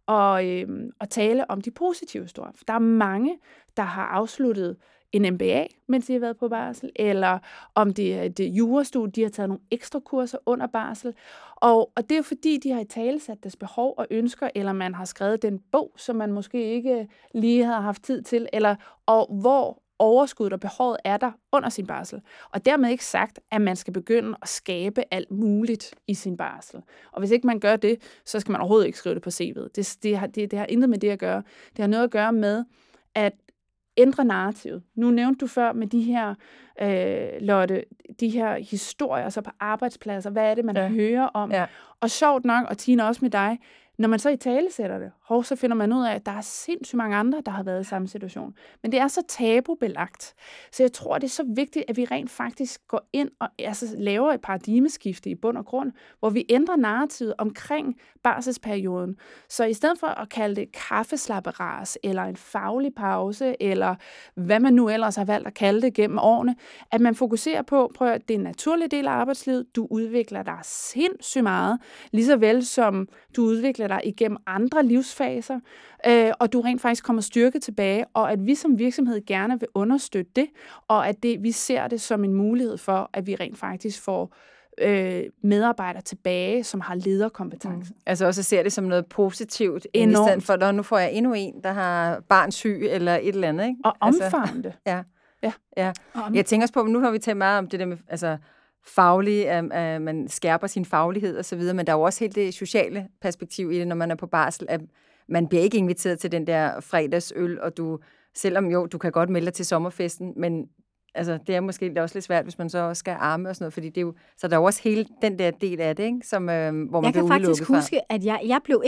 at tale om de positive historier. For der er mange, der har afsluttet en MBA, mens de har været på barsel, eller om det er et jurastudie, de har taget nogle ekstra kurser under barsel. Og det er jo fordi, de har italesat deres behov og ønsker, eller man har skrevet den bog, som man måske ikke lige har haft tid til, og hvor overskuddet og behovet er der under sin barsel. Og dermed ikke sagt, at man skal begynde at skabe alt muligt i sin barsel. Og hvis ikke man gør det, så skal man overhovedet ikke skrive det på CV'et. Det har intet med det at gøre. Det har noget at gøre med at ændre narrativet. Nu nævnte du før med de her, Lotte, de her historier så på arbejdspladser. Hvad er det, man hører om? Ja. Og sjovt nok, og Tina også med dig, når man så italesætter det, så finder man ud af, at der er sindssygt mange andre, der har været i samme situation. Men det er så tabubelagt. Så jeg tror, det er så vigtigt, at vi rent faktisk går ind og laver et paradigmeskifte i bund og grund, hvor vi ændrer narrativet omkring barselsperioden. Så i stedet for at kalde det kaffeslapperas, eller en faglig pause, eller hvad man nu ellers har valgt at kalde det gennem årene, at man fokuserer på, prøv at det er en naturlig del af arbejdslivet, du udvikler dig sindssygt meget, lige så vel som du udvikler dig igennem andre livsfaser, og du rent faktisk kommer styrket tilbage, og at vi som virksomhed gerne vil understøtte det, og at vi ser det som en mulighed for, at vi rent faktisk får medarbejdere tilbage, som har lederkompetence. Altså også ser det som noget positivt, i stedet for, nu får jeg endnu en, der har barnsyg eller et eller andet, ikke? Og omfavne det. Ja. Jeg tænker også på, nu har vi talt meget om det der med, faglige, at man skærper sin faglighed og så videre, men der er jo også helt det sociale perspektiv i det, når man er på barsel, at man bliver ikke inviteret til den der fredagsøl, og selvom du kan godt melde dig til sommerfesten, men det er måske også lidt svært, hvis man så skal arme og sådan noget, fordi det er jo, så der er jo også hele den der del af det, ikke? Som, hvor man bliver udelukket fra. Jeg kan faktisk huske, at jeg blev ikke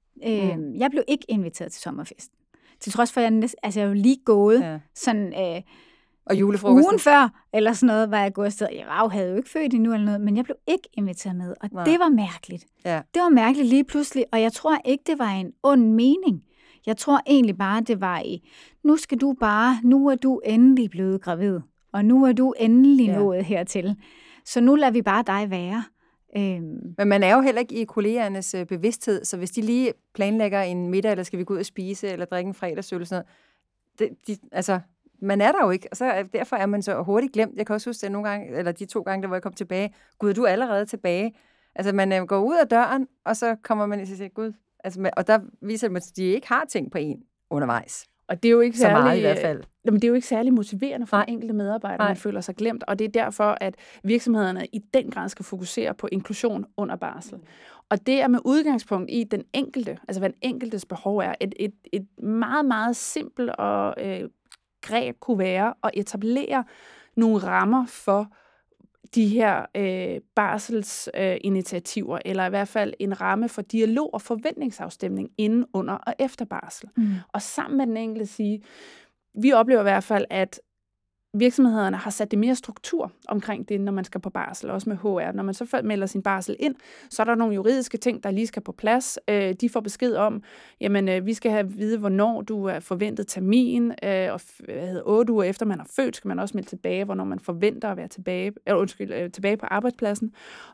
Jeg blev ikke inviteret til sommerfesten. Til trods for, at jeg er jo lige gået sådan... og julefrokosten. Ugen før, eller sådan noget, var jeg gået afsted. Jeg havde jo ikke født endnu eller noget, men jeg blev ikke inviteret med. Og det var mærkeligt. Ja. Det var mærkeligt lige pludselig, og jeg tror ikke, det var en ond mening. Jeg tror egentlig bare, det var nu er du endelig blevet gravid, og nu er du endelig nået hertil. Så nu lader vi bare dig være. Men man er jo heller ikke i kollegernes bevidsthed, så hvis de lige planlægger en middag, eller skal vi gå ud og spise, eller drikke en fredagsøl, sådan noget, man er der jo ikke, og så derfor er man så hurtigt glemt. Jeg kan også huske det nogle gange, eller de 2 gange, hvor jeg kom tilbage. Gud, du er allerede tilbage. Altså, man går ud af døren, og så kommer man og siger, Gud. Altså, og der viser det, at de ikke har ting på en undervejs. Og det er jo ikke særlig, så meget i hvert fald. Men det er jo ikke særlig motiverende for den enkelte medarbejder, man føler sig glemt. Og det er derfor, at virksomhederne i den grad skal fokusere på inklusion under barsel. Og det er med udgangspunkt i den enkelte, altså hvad den enkeltes behov er. Et meget, meget simpelt og greb kunne være at etablere nogle rammer for de her barselsinitiativer, eller i hvert fald en ramme for dialog og forventningsafstemning inden, under og efter barsel. Og sammen med den enkelte sige, vi oplever i hvert fald, at virksomhederne har sat det mere struktur omkring det, når man skal på barsel, også med HR. Når man så melder sin barsel ind, så er der nogle juridiske ting, der lige skal på plads. De får besked om, jamen, vi skal have at vide, hvornår du er forventet termin, og 8 uger efter man har født, skal man også melde tilbage, hvornår man forventer at være tilbage på arbejdspladsen.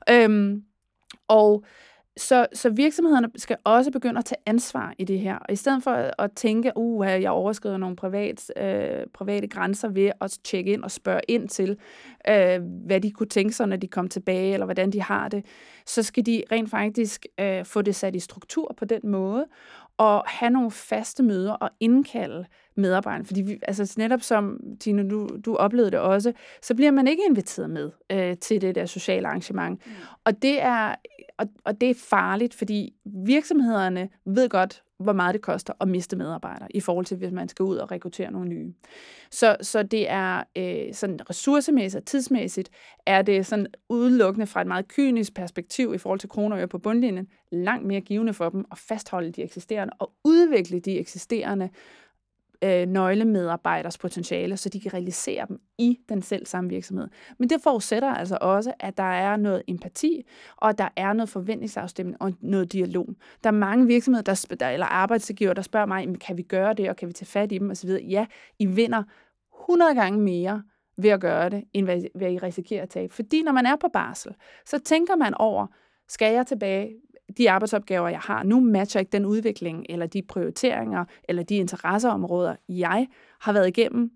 Og så virksomhederne skal også begynde at tage ansvar i det her. Og i stedet for at tænke, jeg overskrider nogle private grænser ved at tjekke ind og spørge ind til, hvad de kunne tænke sig, når de kom tilbage, eller hvordan de har det, så skal de rent faktisk få det sat i struktur på den måde, og have nogle faste møder og indkalde medarbejderne. Fordi netop som, Tine, du oplevede det også, så bliver man ikke inviteret med til det der sociale arrangement. Og det er farligt, fordi virksomhederne ved godt, hvor meget det koster at miste medarbejdere, i forhold til, hvis man skal ud og rekruttere nogle nye. Så det er sådan ressourcemæssigt og tidsmæssigt, er det sådan udelukkende fra et meget kynisk perspektiv i forhold til kroner og øre på bundlinjen, langt mere givende for dem at fastholde de eksisterende og udvikle de eksisterende nøglemedarbejders potentiale, så de kan realisere dem i den selv samme virksomhed. Men det forudsætter altså også, at der er noget empati, og der er noget forventningsafstemning og noget dialog. Der er mange virksomheder, eller arbejdsgiver, der spørger mig, kan vi gøre det, og kan vi tage fat i dem osv. Ja, I vinder 100 gange mere ved at gøre det, end hvad I risikerer at tabe. Fordi når man er på barsel, så tænker man over, skal jeg tilbage? De arbejdsopgaver, jeg har nu, matcher ikke den udvikling, eller de prioriteringer, eller de interesseområder, jeg har været igennem.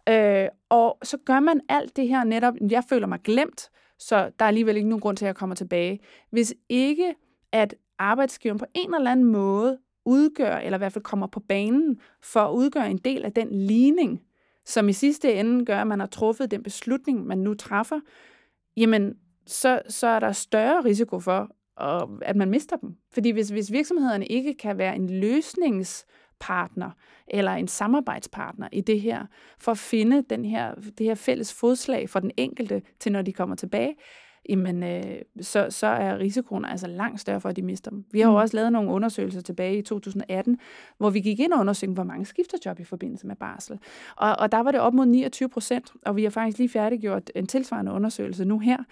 Og så gør man alt det her netop, jeg føler mig glemt, så der er alligevel ikke nogen grund til, at jeg kommer tilbage. Hvis ikke, at arbejdsgiveren på en eller anden måde udgør, eller i hvert fald kommer på banen, for at udgøre en del af den ligning, som i sidste ende gør, at man har truffet den beslutning, man nu træffer, jamen, så er der større risiko for, at man mister dem. Fordi hvis virksomhederne ikke kan være en løsningspartner eller en samarbejdspartner i det her, for at finde det her fælles fodslag for den enkelte til, når de kommer tilbage, jamen, så er risikoen altså langt større for, at de mister dem. Vi har jo også lavet nogle undersøgelser tilbage i 2018, hvor vi gik ind og undersøgte, hvor mange skifter job i forbindelse med barsel. Og der var det op mod 29%, og vi har faktisk lige færdiggjort en tilsvarende undersøgelse nu her,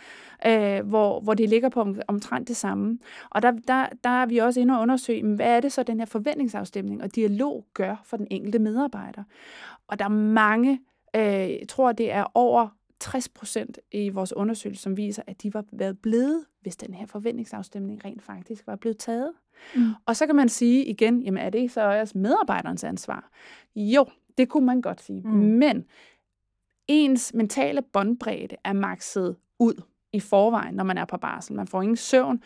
hvor det ligger på omtrent det samme. Og der er vi også inde og undersøge, hvad er det så, den her forventningsafstemning og dialog gør for den enkelte medarbejder. Og der er mange, jeg tror, det er over 60% i vores undersøgelse, som viser, at de var været blevet, hvis den her forventningsafstemning rent faktisk var blevet taget. Og så kan man sige igen, jamen er det ikke så også medarbejderens ansvar? Jo, det kunne man godt sige. Men ens mentale båndbredde er makset ud i forvejen, når man er på barsel. Man får ingen søvn,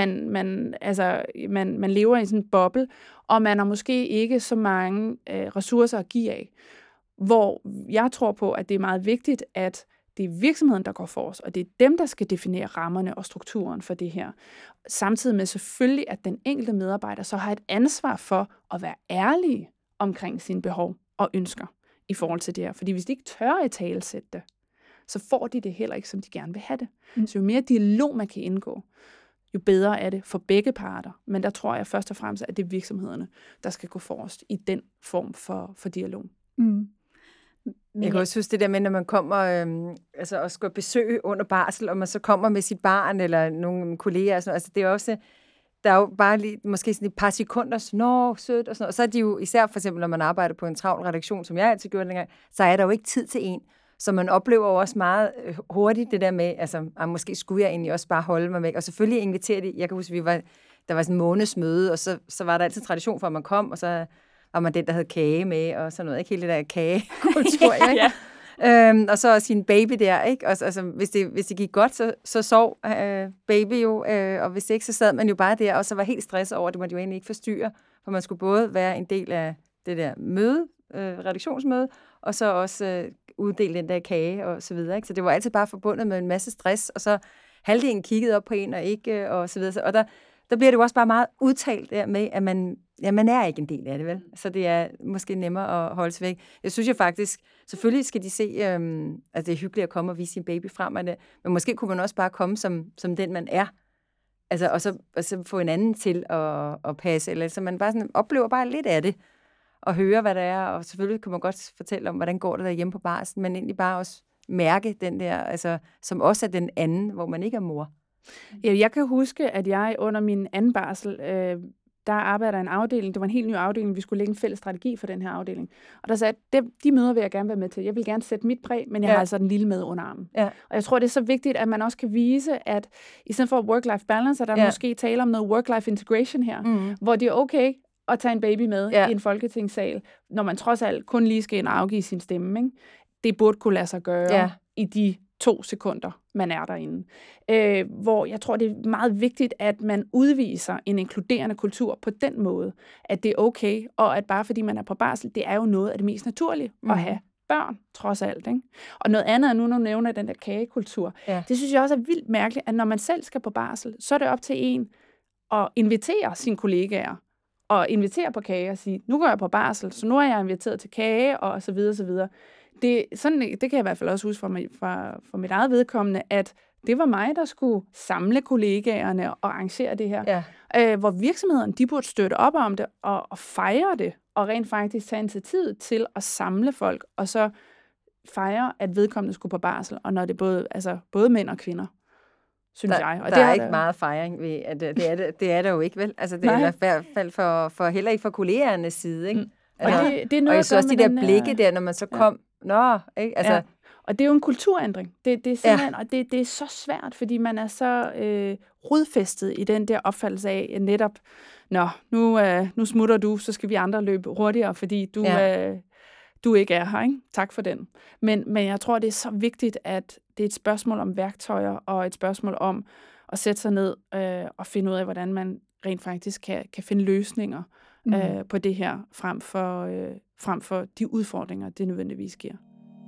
man lever i sådan en boble, og man har måske ikke så mange ressourcer at give af. Hvor jeg tror på, at det er meget vigtigt, at det er virksomheden, der går for os, og det er dem, der skal definere rammerne og strukturen for det her. Samtidig med selvfølgelig, at den enkelte medarbejder så har et ansvar for at være ærlige omkring sine behov og ønsker i forhold til det her. Fordi hvis de ikke tør at italesætte det, så får de det heller ikke, som de gerne vil have det. Så jo mere dialog man kan indgå, jo bedre er det for begge parter. Men der tror jeg først og fremmest, at det er virksomhederne, der skal gå forrest i den form for dialog. Mm. Jeg kan også synes det der med, når man kommer altså også går besøg under barsel, og man så kommer med sit barn eller nogle kolleger og sådan noget. Altså det er også, der er jo bare lige, måske sådan et par sekunder, sødt og sådan noget. Og så er de jo, især for eksempel, når man arbejder på en travl redaktion, som jeg altid gjorde dengang, så er der jo ikke tid til en. Så man oplever jo også meget hurtigt det der med, altså måske skulle jeg egentlig også bare holde mig væk. Og selvfølgelig inviterer de, jeg kan huske, der var sådan en månedsmøde, og så var der altid tradition for, at man kom, og så var man den, der havde kage med, og sådan noget, ikke? Hele det der kagekultur, ikke? Ja. Og så sin baby der, ikke? Og, altså, hvis det gik godt, så sov baby jo, og hvis ikke, så sad man jo bare der, og så var helt stresset over, det måtte jo egentlig ikke forstyrre, for man skulle både være en del af det der møde, redaktionsmøde, og så også uddele den der kage, og så videre, ikke? Så det var altid bare forbundet med en masse stress, og så halvdelen kiggede op på en, og ikke, og så videre. Og der bliver det jo også bare meget udtalt der med, at man er ikke en del af det, vel? Så det er måske nemmere at holde sig væk. Jeg synes jo faktisk, selvfølgelig skal de se, at det er hyggeligt at komme og vise sin baby frem, men måske kunne man også bare komme som den, man er. Altså, og så få en anden til at passe, eller så man bare sådan oplever bare lidt af det, og høre, hvad det er, og selvfølgelig kan man godt fortælle om, hvordan går det der hjemme på barslen, men egentlig bare også mærke den der, altså, som også er den anden, hvor man ikke er mor. Ja, jeg kan huske, at jeg under min anden barsel, der arbejder en afdeling, det var en helt ny afdeling, vi skulle lægge en fælles strategi for den her afdeling. Og der sagde, at de møder vil jeg gerne være med til. Jeg vil gerne sætte mit præg, men jeg har altså den lille med under armen. Ja. Og jeg tror, det er så vigtigt, at man også kan vise, at i stedet for work-life balance, at der måske tale om noget work-life integration her, hvor det er okay at tage en baby med i en folketingssal, når man trods alt kun lige skal ind og afgive sin stemme. Ikke? Det burde kunne lade sig gøre i de 2 sekunder, man er derinde. Hvor jeg tror, det er meget vigtigt, at man udviser en inkluderende kultur på den måde, at det er okay, og at bare fordi man er på barsel, det er jo noget af det mest naturlige at have børn, trods alt. Ikke? Og noget andet er nu, når du nævner den der kagekultur. Ja. Det synes jeg også er vildt mærkeligt, at når man selv skal på barsel, så er det op til en at invitere sine kollegaer, og invitere på kage og sige, nu går jeg på barsel, så nu er jeg inviteret til kage, og så videre, så videre. Det kan jeg i hvert fald også huske fra mit eget vedkommende, at det var mig, der skulle samle kollegaerne og arrangere det her. Ja. Hvor virksomhederne, de burde støtte op om det og fejre det, og rent faktisk tage initiativ til at samle folk, og så fejre, at vedkommende skulle på barsel, og når det både mænd og kvinder, synes jeg. Og der er ikke meget fejring ved, at det er der jo ikke, vel? Altså det er i hvert fald for heller ikke fra kollegernes side, ikke? Altså, og det er noget, og jeg synes også de der blikke der, når man så kom, ikke? Altså, og det er jo en kulturændring. Det er simpelthen, og det er så svært, fordi man er så rodfæstet i den der opfattelse af, netop, nu smutter du, så skal vi andre løbe hurtigere, fordi du ikke er her, ikke? Tak for den. Men jeg tror, det er så vigtigt, at det er et spørgsmål om værktøjer, og et spørgsmål om at sætte sig ned og finde ud af, hvordan man rent faktisk kan finde løsninger på det her, frem for de udfordringer, det nødvendigvis giver.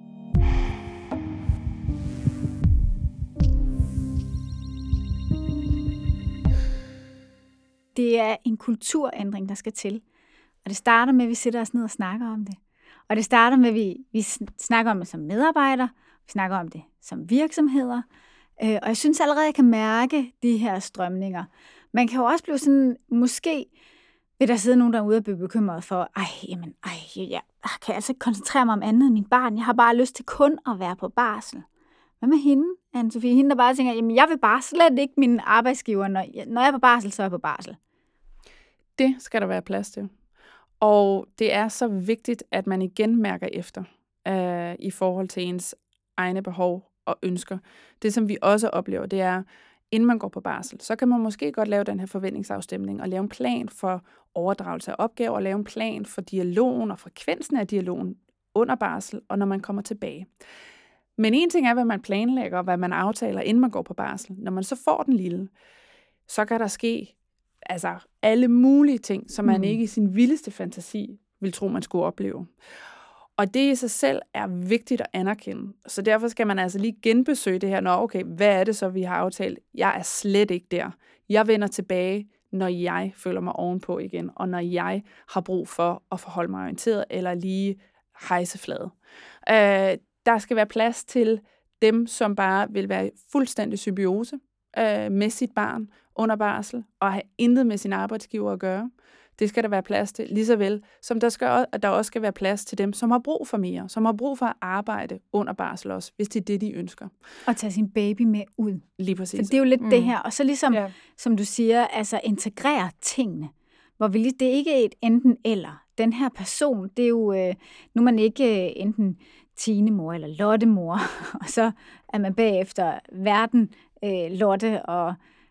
Det er en kulturændring, der skal til. Og det starter med, at vi sætter os ned og snakker om det. Og det starter med, at vi snakker om det som medarbejdere, vi snakker om det som virksomheder. Og jeg synes allerede, at jeg kan mærke de her strømninger. Man kan jo også blive sådan, måske vil der sidde nogen derude og blive bekymret for, jeg kan altså ikke koncentrere mig om andet end mit barn. Jeg har bare lyst til kun at være på barsel. Hvad med hende, Anne-Sophie? Hende, der bare tænker, jamen jeg vil bare slet ikke min arbejdsgiver, når jeg er på barsel, så er jeg på barsel. Det skal der være plads til. Og det er så vigtigt, at man igen mærker efter i forhold til ens egne behov og ønsker. Det, som vi også oplever, det er, inden man går på barsel, så kan man måske godt lave den her forventningsafstemning og lave en plan for overdragelse af opgaver, og lave en plan for dialogen og frekvensen af dialogen under barsel, og når man kommer tilbage. Men en ting er, hvad man planlægger, og hvad man aftaler, inden man går på barsel. Når man så får den lille, så kan der ske alle mulige ting, som man ikke i sin vildeste fantasi vil tro, man skulle opleve. Og det i sig selv er vigtigt at anerkende. Så derfor skal man altså lige genbesøge det her. Hvad er det så, vi har aftalt? Jeg er slet ikke der. Jeg vender tilbage, når jeg føler mig ovenpå igen, og når jeg har brug for at forholde mig orienteret, eller lige hejse flaget. Der skal være plads til dem, som bare vil være fuldstændig symbiose, med sit barn under barsel, og have intet med sin arbejdsgiver at gøre. Det skal der være plads til, lige så vel som der også skal være plads til dem, som har brug for mere, som har brug for at arbejde under barsel også, hvis det er det, de ønsker. Og tage sin baby med ud. Lige præcis. For det er jo lidt det her. Og så ligesom, som du siger, altså integrere tingene. Hvor det er ikke et enten eller. Den her person, det er jo, nu er man ikke enten Tine-mor eller Lotte-mor, og så er man bagefter verden Lotte og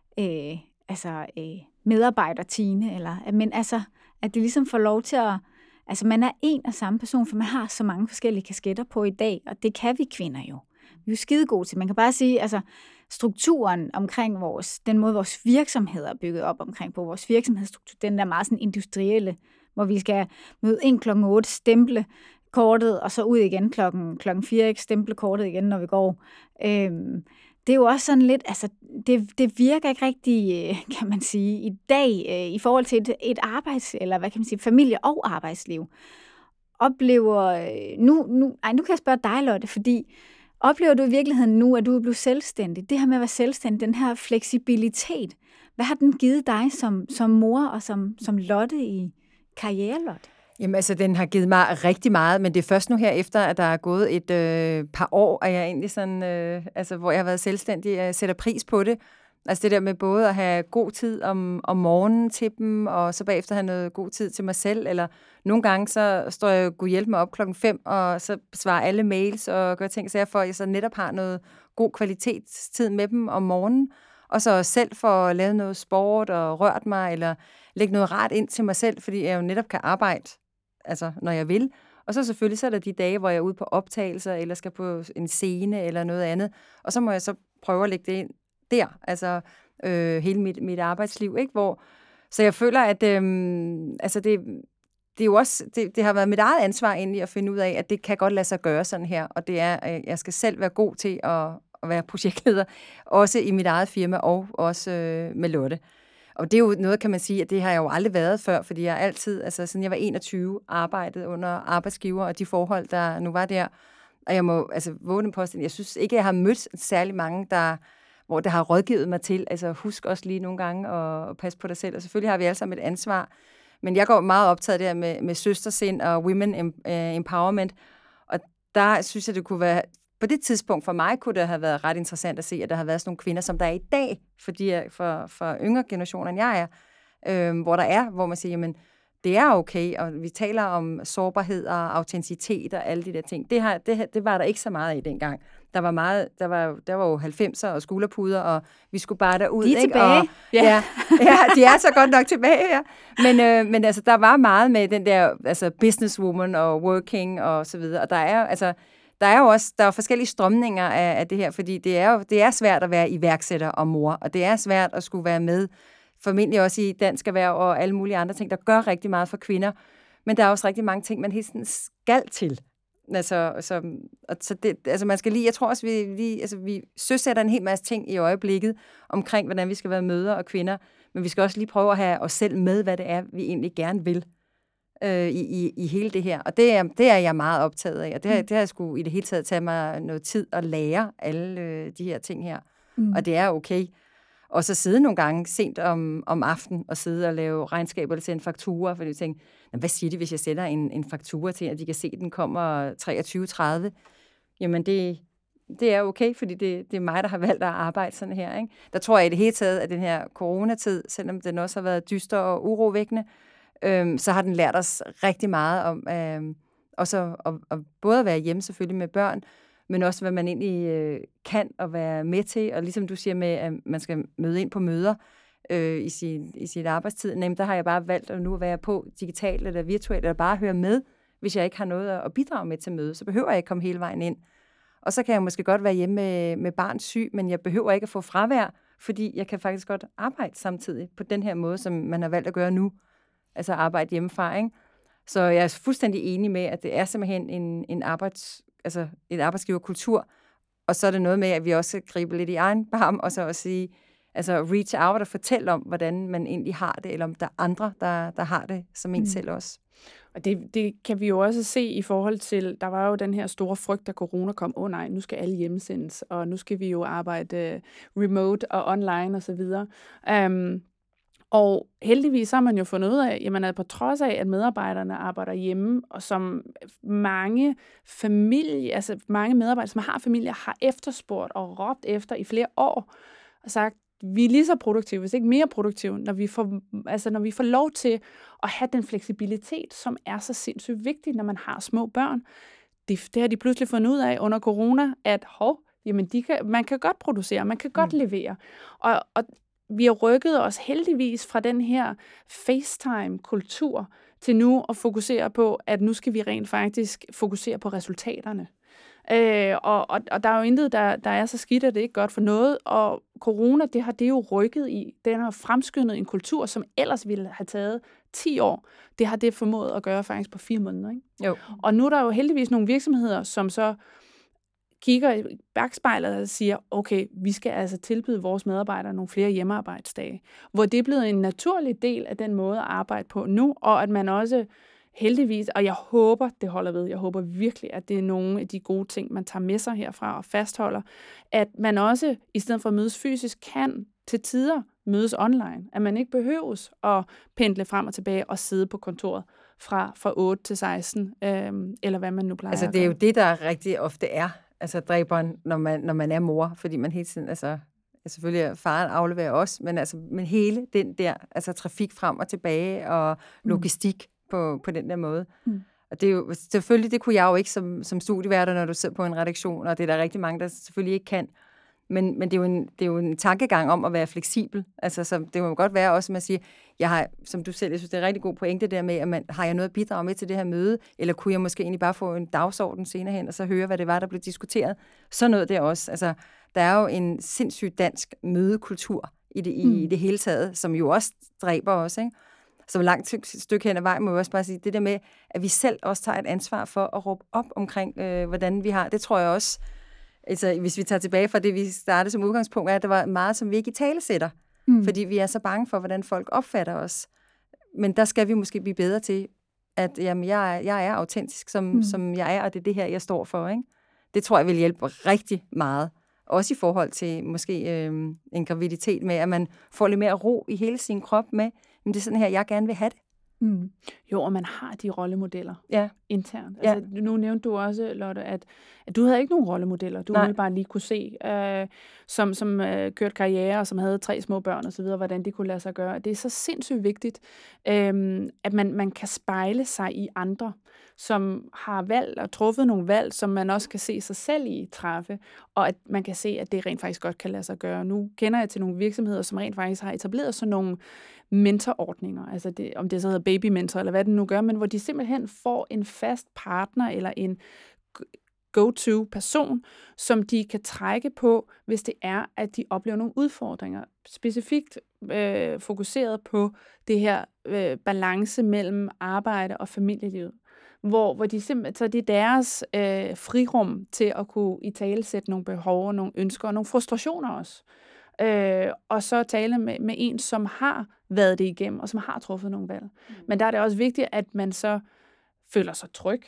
medarbejder Tine, men altså, at det ligesom får lov til at, altså man er en og samme person, for man har så mange forskellige kasketter på i dag, og det kan vi kvinder jo. Vi er jo skide gode til. Man kan bare sige, altså strukturen omkring den måde vores virksomheder er bygget op omkring på, vores virksomhedsstruktur, den der meget sådan industrielle, hvor vi skal møde ind klokken 8, stemple kortet, og så ud igen klokken 4, ikke stemple kortet igen, når vi går. Det er jo også sådan lidt, altså det virker ikke rigtig, kan man sige, i dag, i forhold til et eller hvad kan man sige, familie- og arbejdsliv. Nu kan jeg spørge dig, Lotte, fordi oplever du i virkeligheden nu, at du er blevet selvstændig? Det her med at være selvstændig, den her fleksibilitet, hvad har den givet dig som mor og som Lotte i karriere, Lotte? Jamen altså, den har givet mig rigtig meget, men det er først nu her efter, at der er gået et par år, at jeg egentlig sådan, hvor jeg har været selvstændig, jeg sætter pris på det. Altså det der med både at have god tid om morgenen til dem, og så bagefter have noget god tid til mig selv, eller nogle gange så står jeg og hjælpe mig op 5:00, og så svarer alle mails og gør ting, så jeg for, at jeg så netop har noget god kvalitetstid med dem om morgenen, og så selv for at lave noget sport og rørt mig, eller lægge noget rart ind til mig selv, fordi jeg jo netop kan arbejde, altså når jeg vil. Og så selvfølgelig så er der de dage, hvor jeg er ude på optagelser, eller skal på en scene, eller noget andet, og så må jeg så prøve at lægge det ind der, altså hele mit arbejdsliv, ikke? Så jeg føler, at det er jo også, det har været mit eget ansvar egentlig at finde ud af, at det kan godt lade sig gøre sådan her, og det er, at jeg skal selv være god til at være projektleder, også i mit eget firma, og også med Lotte. Og det er jo noget, kan man sige, at det har jeg jo aldrig været før, fordi jeg altid, altså siden jeg var 21, arbejdet under arbejdsgiver, og de forhold, der nu var der, og jeg må våge den påstand, jeg synes ikke, jeg har mødt særlig mange, hvor det har rådgivet mig til, altså husk også lige nogle gange at passe på dig selv, og selvfølgelig har vi alle sammen et ansvar, men jeg går meget optaget der med søstersind og women empowerment, og der synes jeg, det kunne være, på det tidspunkt for mig kunne det have været ret interessant at se, at der har været sådan nogle kvinder, som der er i dag, for yngre generationer, end jeg er, hvor man siger, jamen, det er okay, og vi taler om sårbarhed og autenticitet og alle de der ting. Det var der ikke så meget i dengang. Der var jo 90'er og skulderpuder, og vi skulle bare derud. De er tilbage. Og, ja, de er så godt nok tilbage, ja. Men altså, der var meget med den der businesswoman og working og så videre, og der er jo også forskellige strømninger af det her, fordi det er svært at være iværksætter og mor, og det er svært at skulle være med, formentlig også i Dansk Erhverv og alle mulige andre ting, der gør rigtig meget for kvinder, men der er også rigtig mange ting, man helt sådan skal til. Man skal lige, jeg tror også, vi søsætter en hel masse ting i øjeblikket omkring, hvordan vi skal være mødre og kvinder, men vi skal også lige prøve at have os selv med, hvad det er, vi egentlig gerne vil i hele det her. Og det er jeg meget optaget af, og det har jeg sgu i det hele taget taget mig noget tid at lære alle de her ting her. Og det er okay. Og så sidde nogle gange sent om aftenen og sidde og lave regnskaber eller sende fakturer, fordi jeg tænker, hvad siger de, hvis jeg sender en faktura til, at de kan se, at den kommer 23:30? Jamen det er okay, fordi det er mig, der har valgt at arbejde sådan her, ikke? Der tror jeg i det hele taget, at den her coronatid, selvom den også har været dyster og urovækkende, så har den lært os rigtig meget om også at både være hjemme selvfølgelig med børn, men også hvad man egentlig kan og være med til, og ligesom du siger med, at man skal møde ind på møder i sin arbejdstid, der har jeg bare valgt at nu være på digitalt eller virtuelt, eller bare høre med, hvis jeg ikke har noget at bidrage med til møde, så behøver jeg ikke komme hele vejen ind. Og så kan jeg måske godt være hjemme med barns syg, men jeg behøver ikke at få fravær, fordi jeg kan faktisk godt arbejde samtidig på den her måde, som man har valgt at gøre nu, altså arbejde hjemmefra, ikke? Så jeg er fuldstændig enig med, at det er simpelthen en arbejdsgiverkultur, og så er det noget med, at vi også skal gribe lidt i egen barm, og så også sige, Altså reach out og fortælle om, hvordan man egentlig har det, eller om der er andre, der har det som en selv også. Og det kan vi jo også se i forhold til, der var jo den her store frygt, da corona kom. Nej, nu skal alle hjemmesendes, og nu skal vi jo arbejde remote og online osv. Og heldigvis har man jo fundet ud af, jamen, at på trods af, at medarbejderne arbejder hjemme, og som mange medarbejdere, som har familie, har efterspurgt og råbt efter i flere år, og sagt, vi er lige så produktive, hvis ikke mere produktive, når vi får lov til at have den fleksibilitet, som er så sindssygt vigtig, når man har små børn. Det har de pludselig fundet ud af under corona, at man kan godt producere, man kan godt levere. Og vi har rykket os heldigvis fra den her FaceTime-kultur til nu at fokusere på, at nu skal vi rent faktisk fokusere på resultaterne. Og der er jo intet, der er så skidt, at det ikke er godt for noget, og corona, det har det jo rykket i. Den har fremskyndet en kultur, som ellers ville have taget 10 år. Det har det formået at gøre faktisk på 4 måneder. Ikke? Jo. Og nu er der jo heldigvis nogle virksomheder, som så kigger i bagspejlet og siger, okay, vi skal altså tilbyde vores medarbejdere nogle flere hjemmearbejdsdage, hvor det er blevet en naturlig del af den måde at arbejde på nu, og at man også heldigvis, og jeg håber, det holder ved, jeg håber virkelig, at det er nogle af de gode ting, man tager med sig herfra og fastholder, at man også, i stedet for at mødes fysisk, kan til tider mødes online, at man ikke behøves at pendle frem og tilbage og sidde på kontoret fra 8 til 16, eller hvad man nu plejer. Altså det er jo det, der rigtig ofte er, altså dræberen, når man er mor, fordi man hele tiden, altså selvfølgelig faren afleverer også, men hele den der, altså trafik frem og tilbage og logistik på den der måde. Og det er jo, selvfølgelig, det kunne jeg jo ikke som studieværter, når du sidder på en redaktion, og det er der rigtig mange, der selvfølgelig ikke kan. Men det er jo en tankegang om at være fleksibel. Altså, så det må godt være også, at man siger, jeg har, som du selv, jeg synes, det er en rigtig god pointe der med, at har jeg noget at bidrage med til det her møde, eller kunne jeg måske egentlig bare få en dagsorden senere hen, og så høre, hvad det var, der blev diskuteret. Så noget der også. Altså, der er jo en sindssygt dansk mødekultur i det hele taget, som jo også dræber os, ikke? Så langt stykke hen ad vejen må jeg også bare sige, det der med, at vi selv også tager et ansvar for at råbe op omkring, hvordan vi har. Det tror jeg også, altså hvis vi tager tilbage fra det, vi startede som udgangspunkt, at der var meget, som vi ikke i tale sætter. Fordi vi er så bange for, hvordan folk opfatter os. Men der skal vi måske blive bedre til, at jamen, jeg er autentisk, som jeg er, og det er det her, jeg står for. Ikke? Det tror jeg vil hjælpe rigtig meget. Også i forhold til måske en graviditet med, at man får lidt mere ro i hele sin krop med, men det er sådan her, jeg gerne vil have det. Jo, og man har de rollemodeller internt. Ja. Altså, nu nævnte du også, Lotte, at du havde ikke nogen rollemodeller. Du ville bare lige kunne se, som kørte karriere, og som havde 3 små børn og så videre, hvordan de kunne lade sig gøre. Det er så sindssygt vigtigt, at man kan spejle sig i andre, som har valgt og truffet nogle valg, som man også kan se sig selv i træffe, og at man kan se, at det rent faktisk godt kan lade sig gøre. Nu kender jeg til nogle virksomheder, som rent faktisk har etableret sådan nogle mentorordninger, altså om det så hedder baby mentor, eller hvad det nu gør, men hvor de simpelthen får en fast partner, eller en go-to-person, som de kan trække på, hvis det er, at de oplever nogle udfordringer. Specifikt fokuseret på det her balance mellem arbejde og familielivet. Hvor de simpelthen, så det er deres frirum til at kunne italesætte nogle behov, nogle ønsker og nogle frustrationer også. Og så tale med en, som har været det igennem, og som har truffet nogle valg. Men der er det også vigtigt, at man så føler sig tryg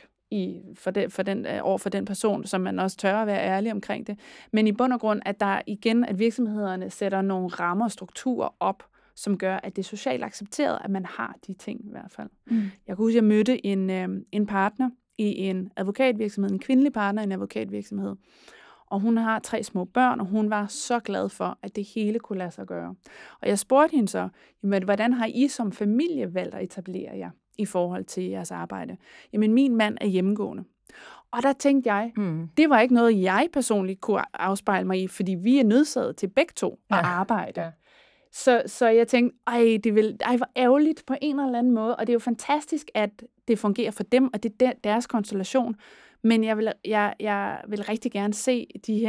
over for den person, som man også tør at være ærlig omkring det. Men i bund og grund, at virksomhederne sætter nogle rammer og strukturer op, som gør, at det er socialt accepteret, at man har de ting i hvert fald. Jeg kan huske, at jeg mødte en partner i en advokatvirksomhed, en kvindelig partner i en advokatvirksomhed, og hun har 3 små børn, og hun var så glad for, at det hele kunne lade sig gøre. Og jeg spurgte hende så, jamen, hvordan har I som familie valgt at etablere jer i forhold til jeres arbejde? Jamen, min mand er hjemmegående. Og der tænkte jeg, det var ikke noget, jeg personligt kunne afspejle mig i, fordi vi er nødsaget til begge to at arbejde. Ja. Så jeg tænkte, hvor ærgerligt på en eller anden måde, og det er jo fantastisk, at det fungerer for dem, og det er deres konstellation. Men jeg vil rigtig gerne se de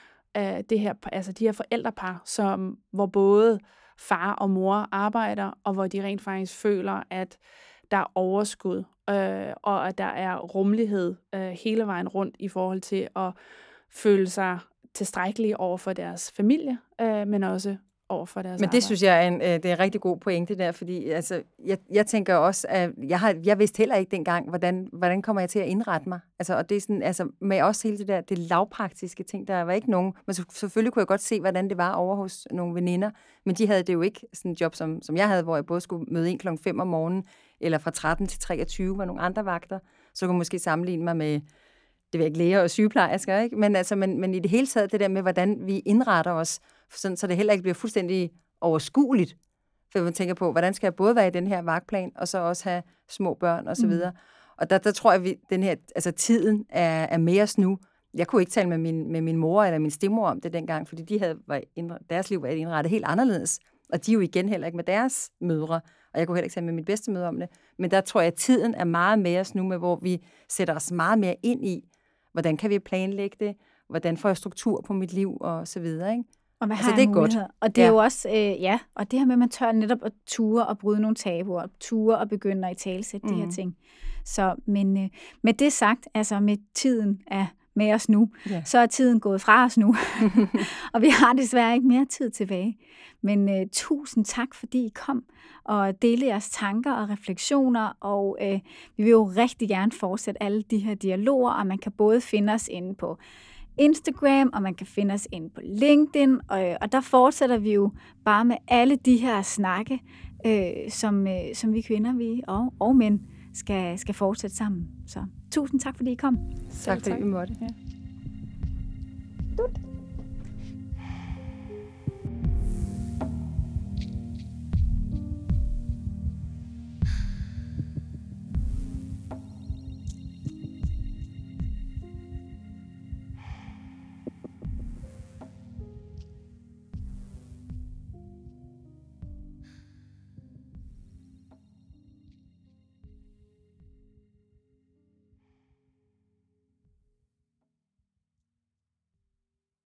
her forældrepar, hvor både far og mor arbejder, og hvor de rent faktisk føler, at der er overskud, og at der er rummelighed hele vejen rundt i forhold til at føle sig tilstrækkelige over for deres familie, men også over for deres Men arbejde. det synes jeg det er en rigtig god pointe der, fordi altså, jeg tænker også, at jeg vidste heller ikke dengang, hvordan kommer jeg til at indrette mig. Altså, og det er sådan, altså, med også hele det lavpraktiske ting, der var ikke nogen, men selvfølgelig kunne jeg godt se, hvordan det var over hos nogle veninder, men de havde det jo ikke sådan et job, som jeg havde, hvor jeg både skulle møde ind 5:00 om morgenen, eller fra 13 til 23 var nogle andre vagter, så kunne jeg måske sammenligne mig med, det vil ikke, læger og sygeplejersker, ikke? Men i det hele taget det der med, hvordan vi indretter os, sådan, så det heller ikke bliver fuldstændig overskueligt. For man tænker på, hvordan skal jeg både være i den her vagtplan, og så også have små børn og så videre. Og der tror jeg, den her, altså tiden er med os nu. Jeg kunne ikke tale med min mor eller min stemmor om det dengang, fordi deres liv var indrettet helt anderledes. Og de er jo igen heller ikke med deres mødre. Og jeg kunne heller ikke tale med min bedstemødre om det. Men der tror jeg, at tiden er meget med os nu, med hvor vi sætter os meget mere ind i, hvordan kan vi planlægge det, hvordan får jeg struktur på mit liv og så videre, ikke? Og hvad altså, har det jeg er godt. Og det er jo også, og det her med, at man tør netop at ture og bryde nogle tabuer, ture og begynde at italesætte de her ting. Så, men med det sagt, altså med tiden er med os nu, så er tiden gået fra os nu, og vi har desværre ikke mere tid tilbage. Men tusind tak, fordi I kom og delte jeres tanker og refleksioner, og vi vil jo rigtig gerne fortsætte alle de her dialoger, og man kan både finde os inde på Instagram, og man kan finde os inde på LinkedIn, og der fortsætter vi jo bare med alle de her snakke, som vi kvinder og mænd skal fortsætte sammen. Så tusind tak, fordi I kom. Tak fordi vi måtte. Ja.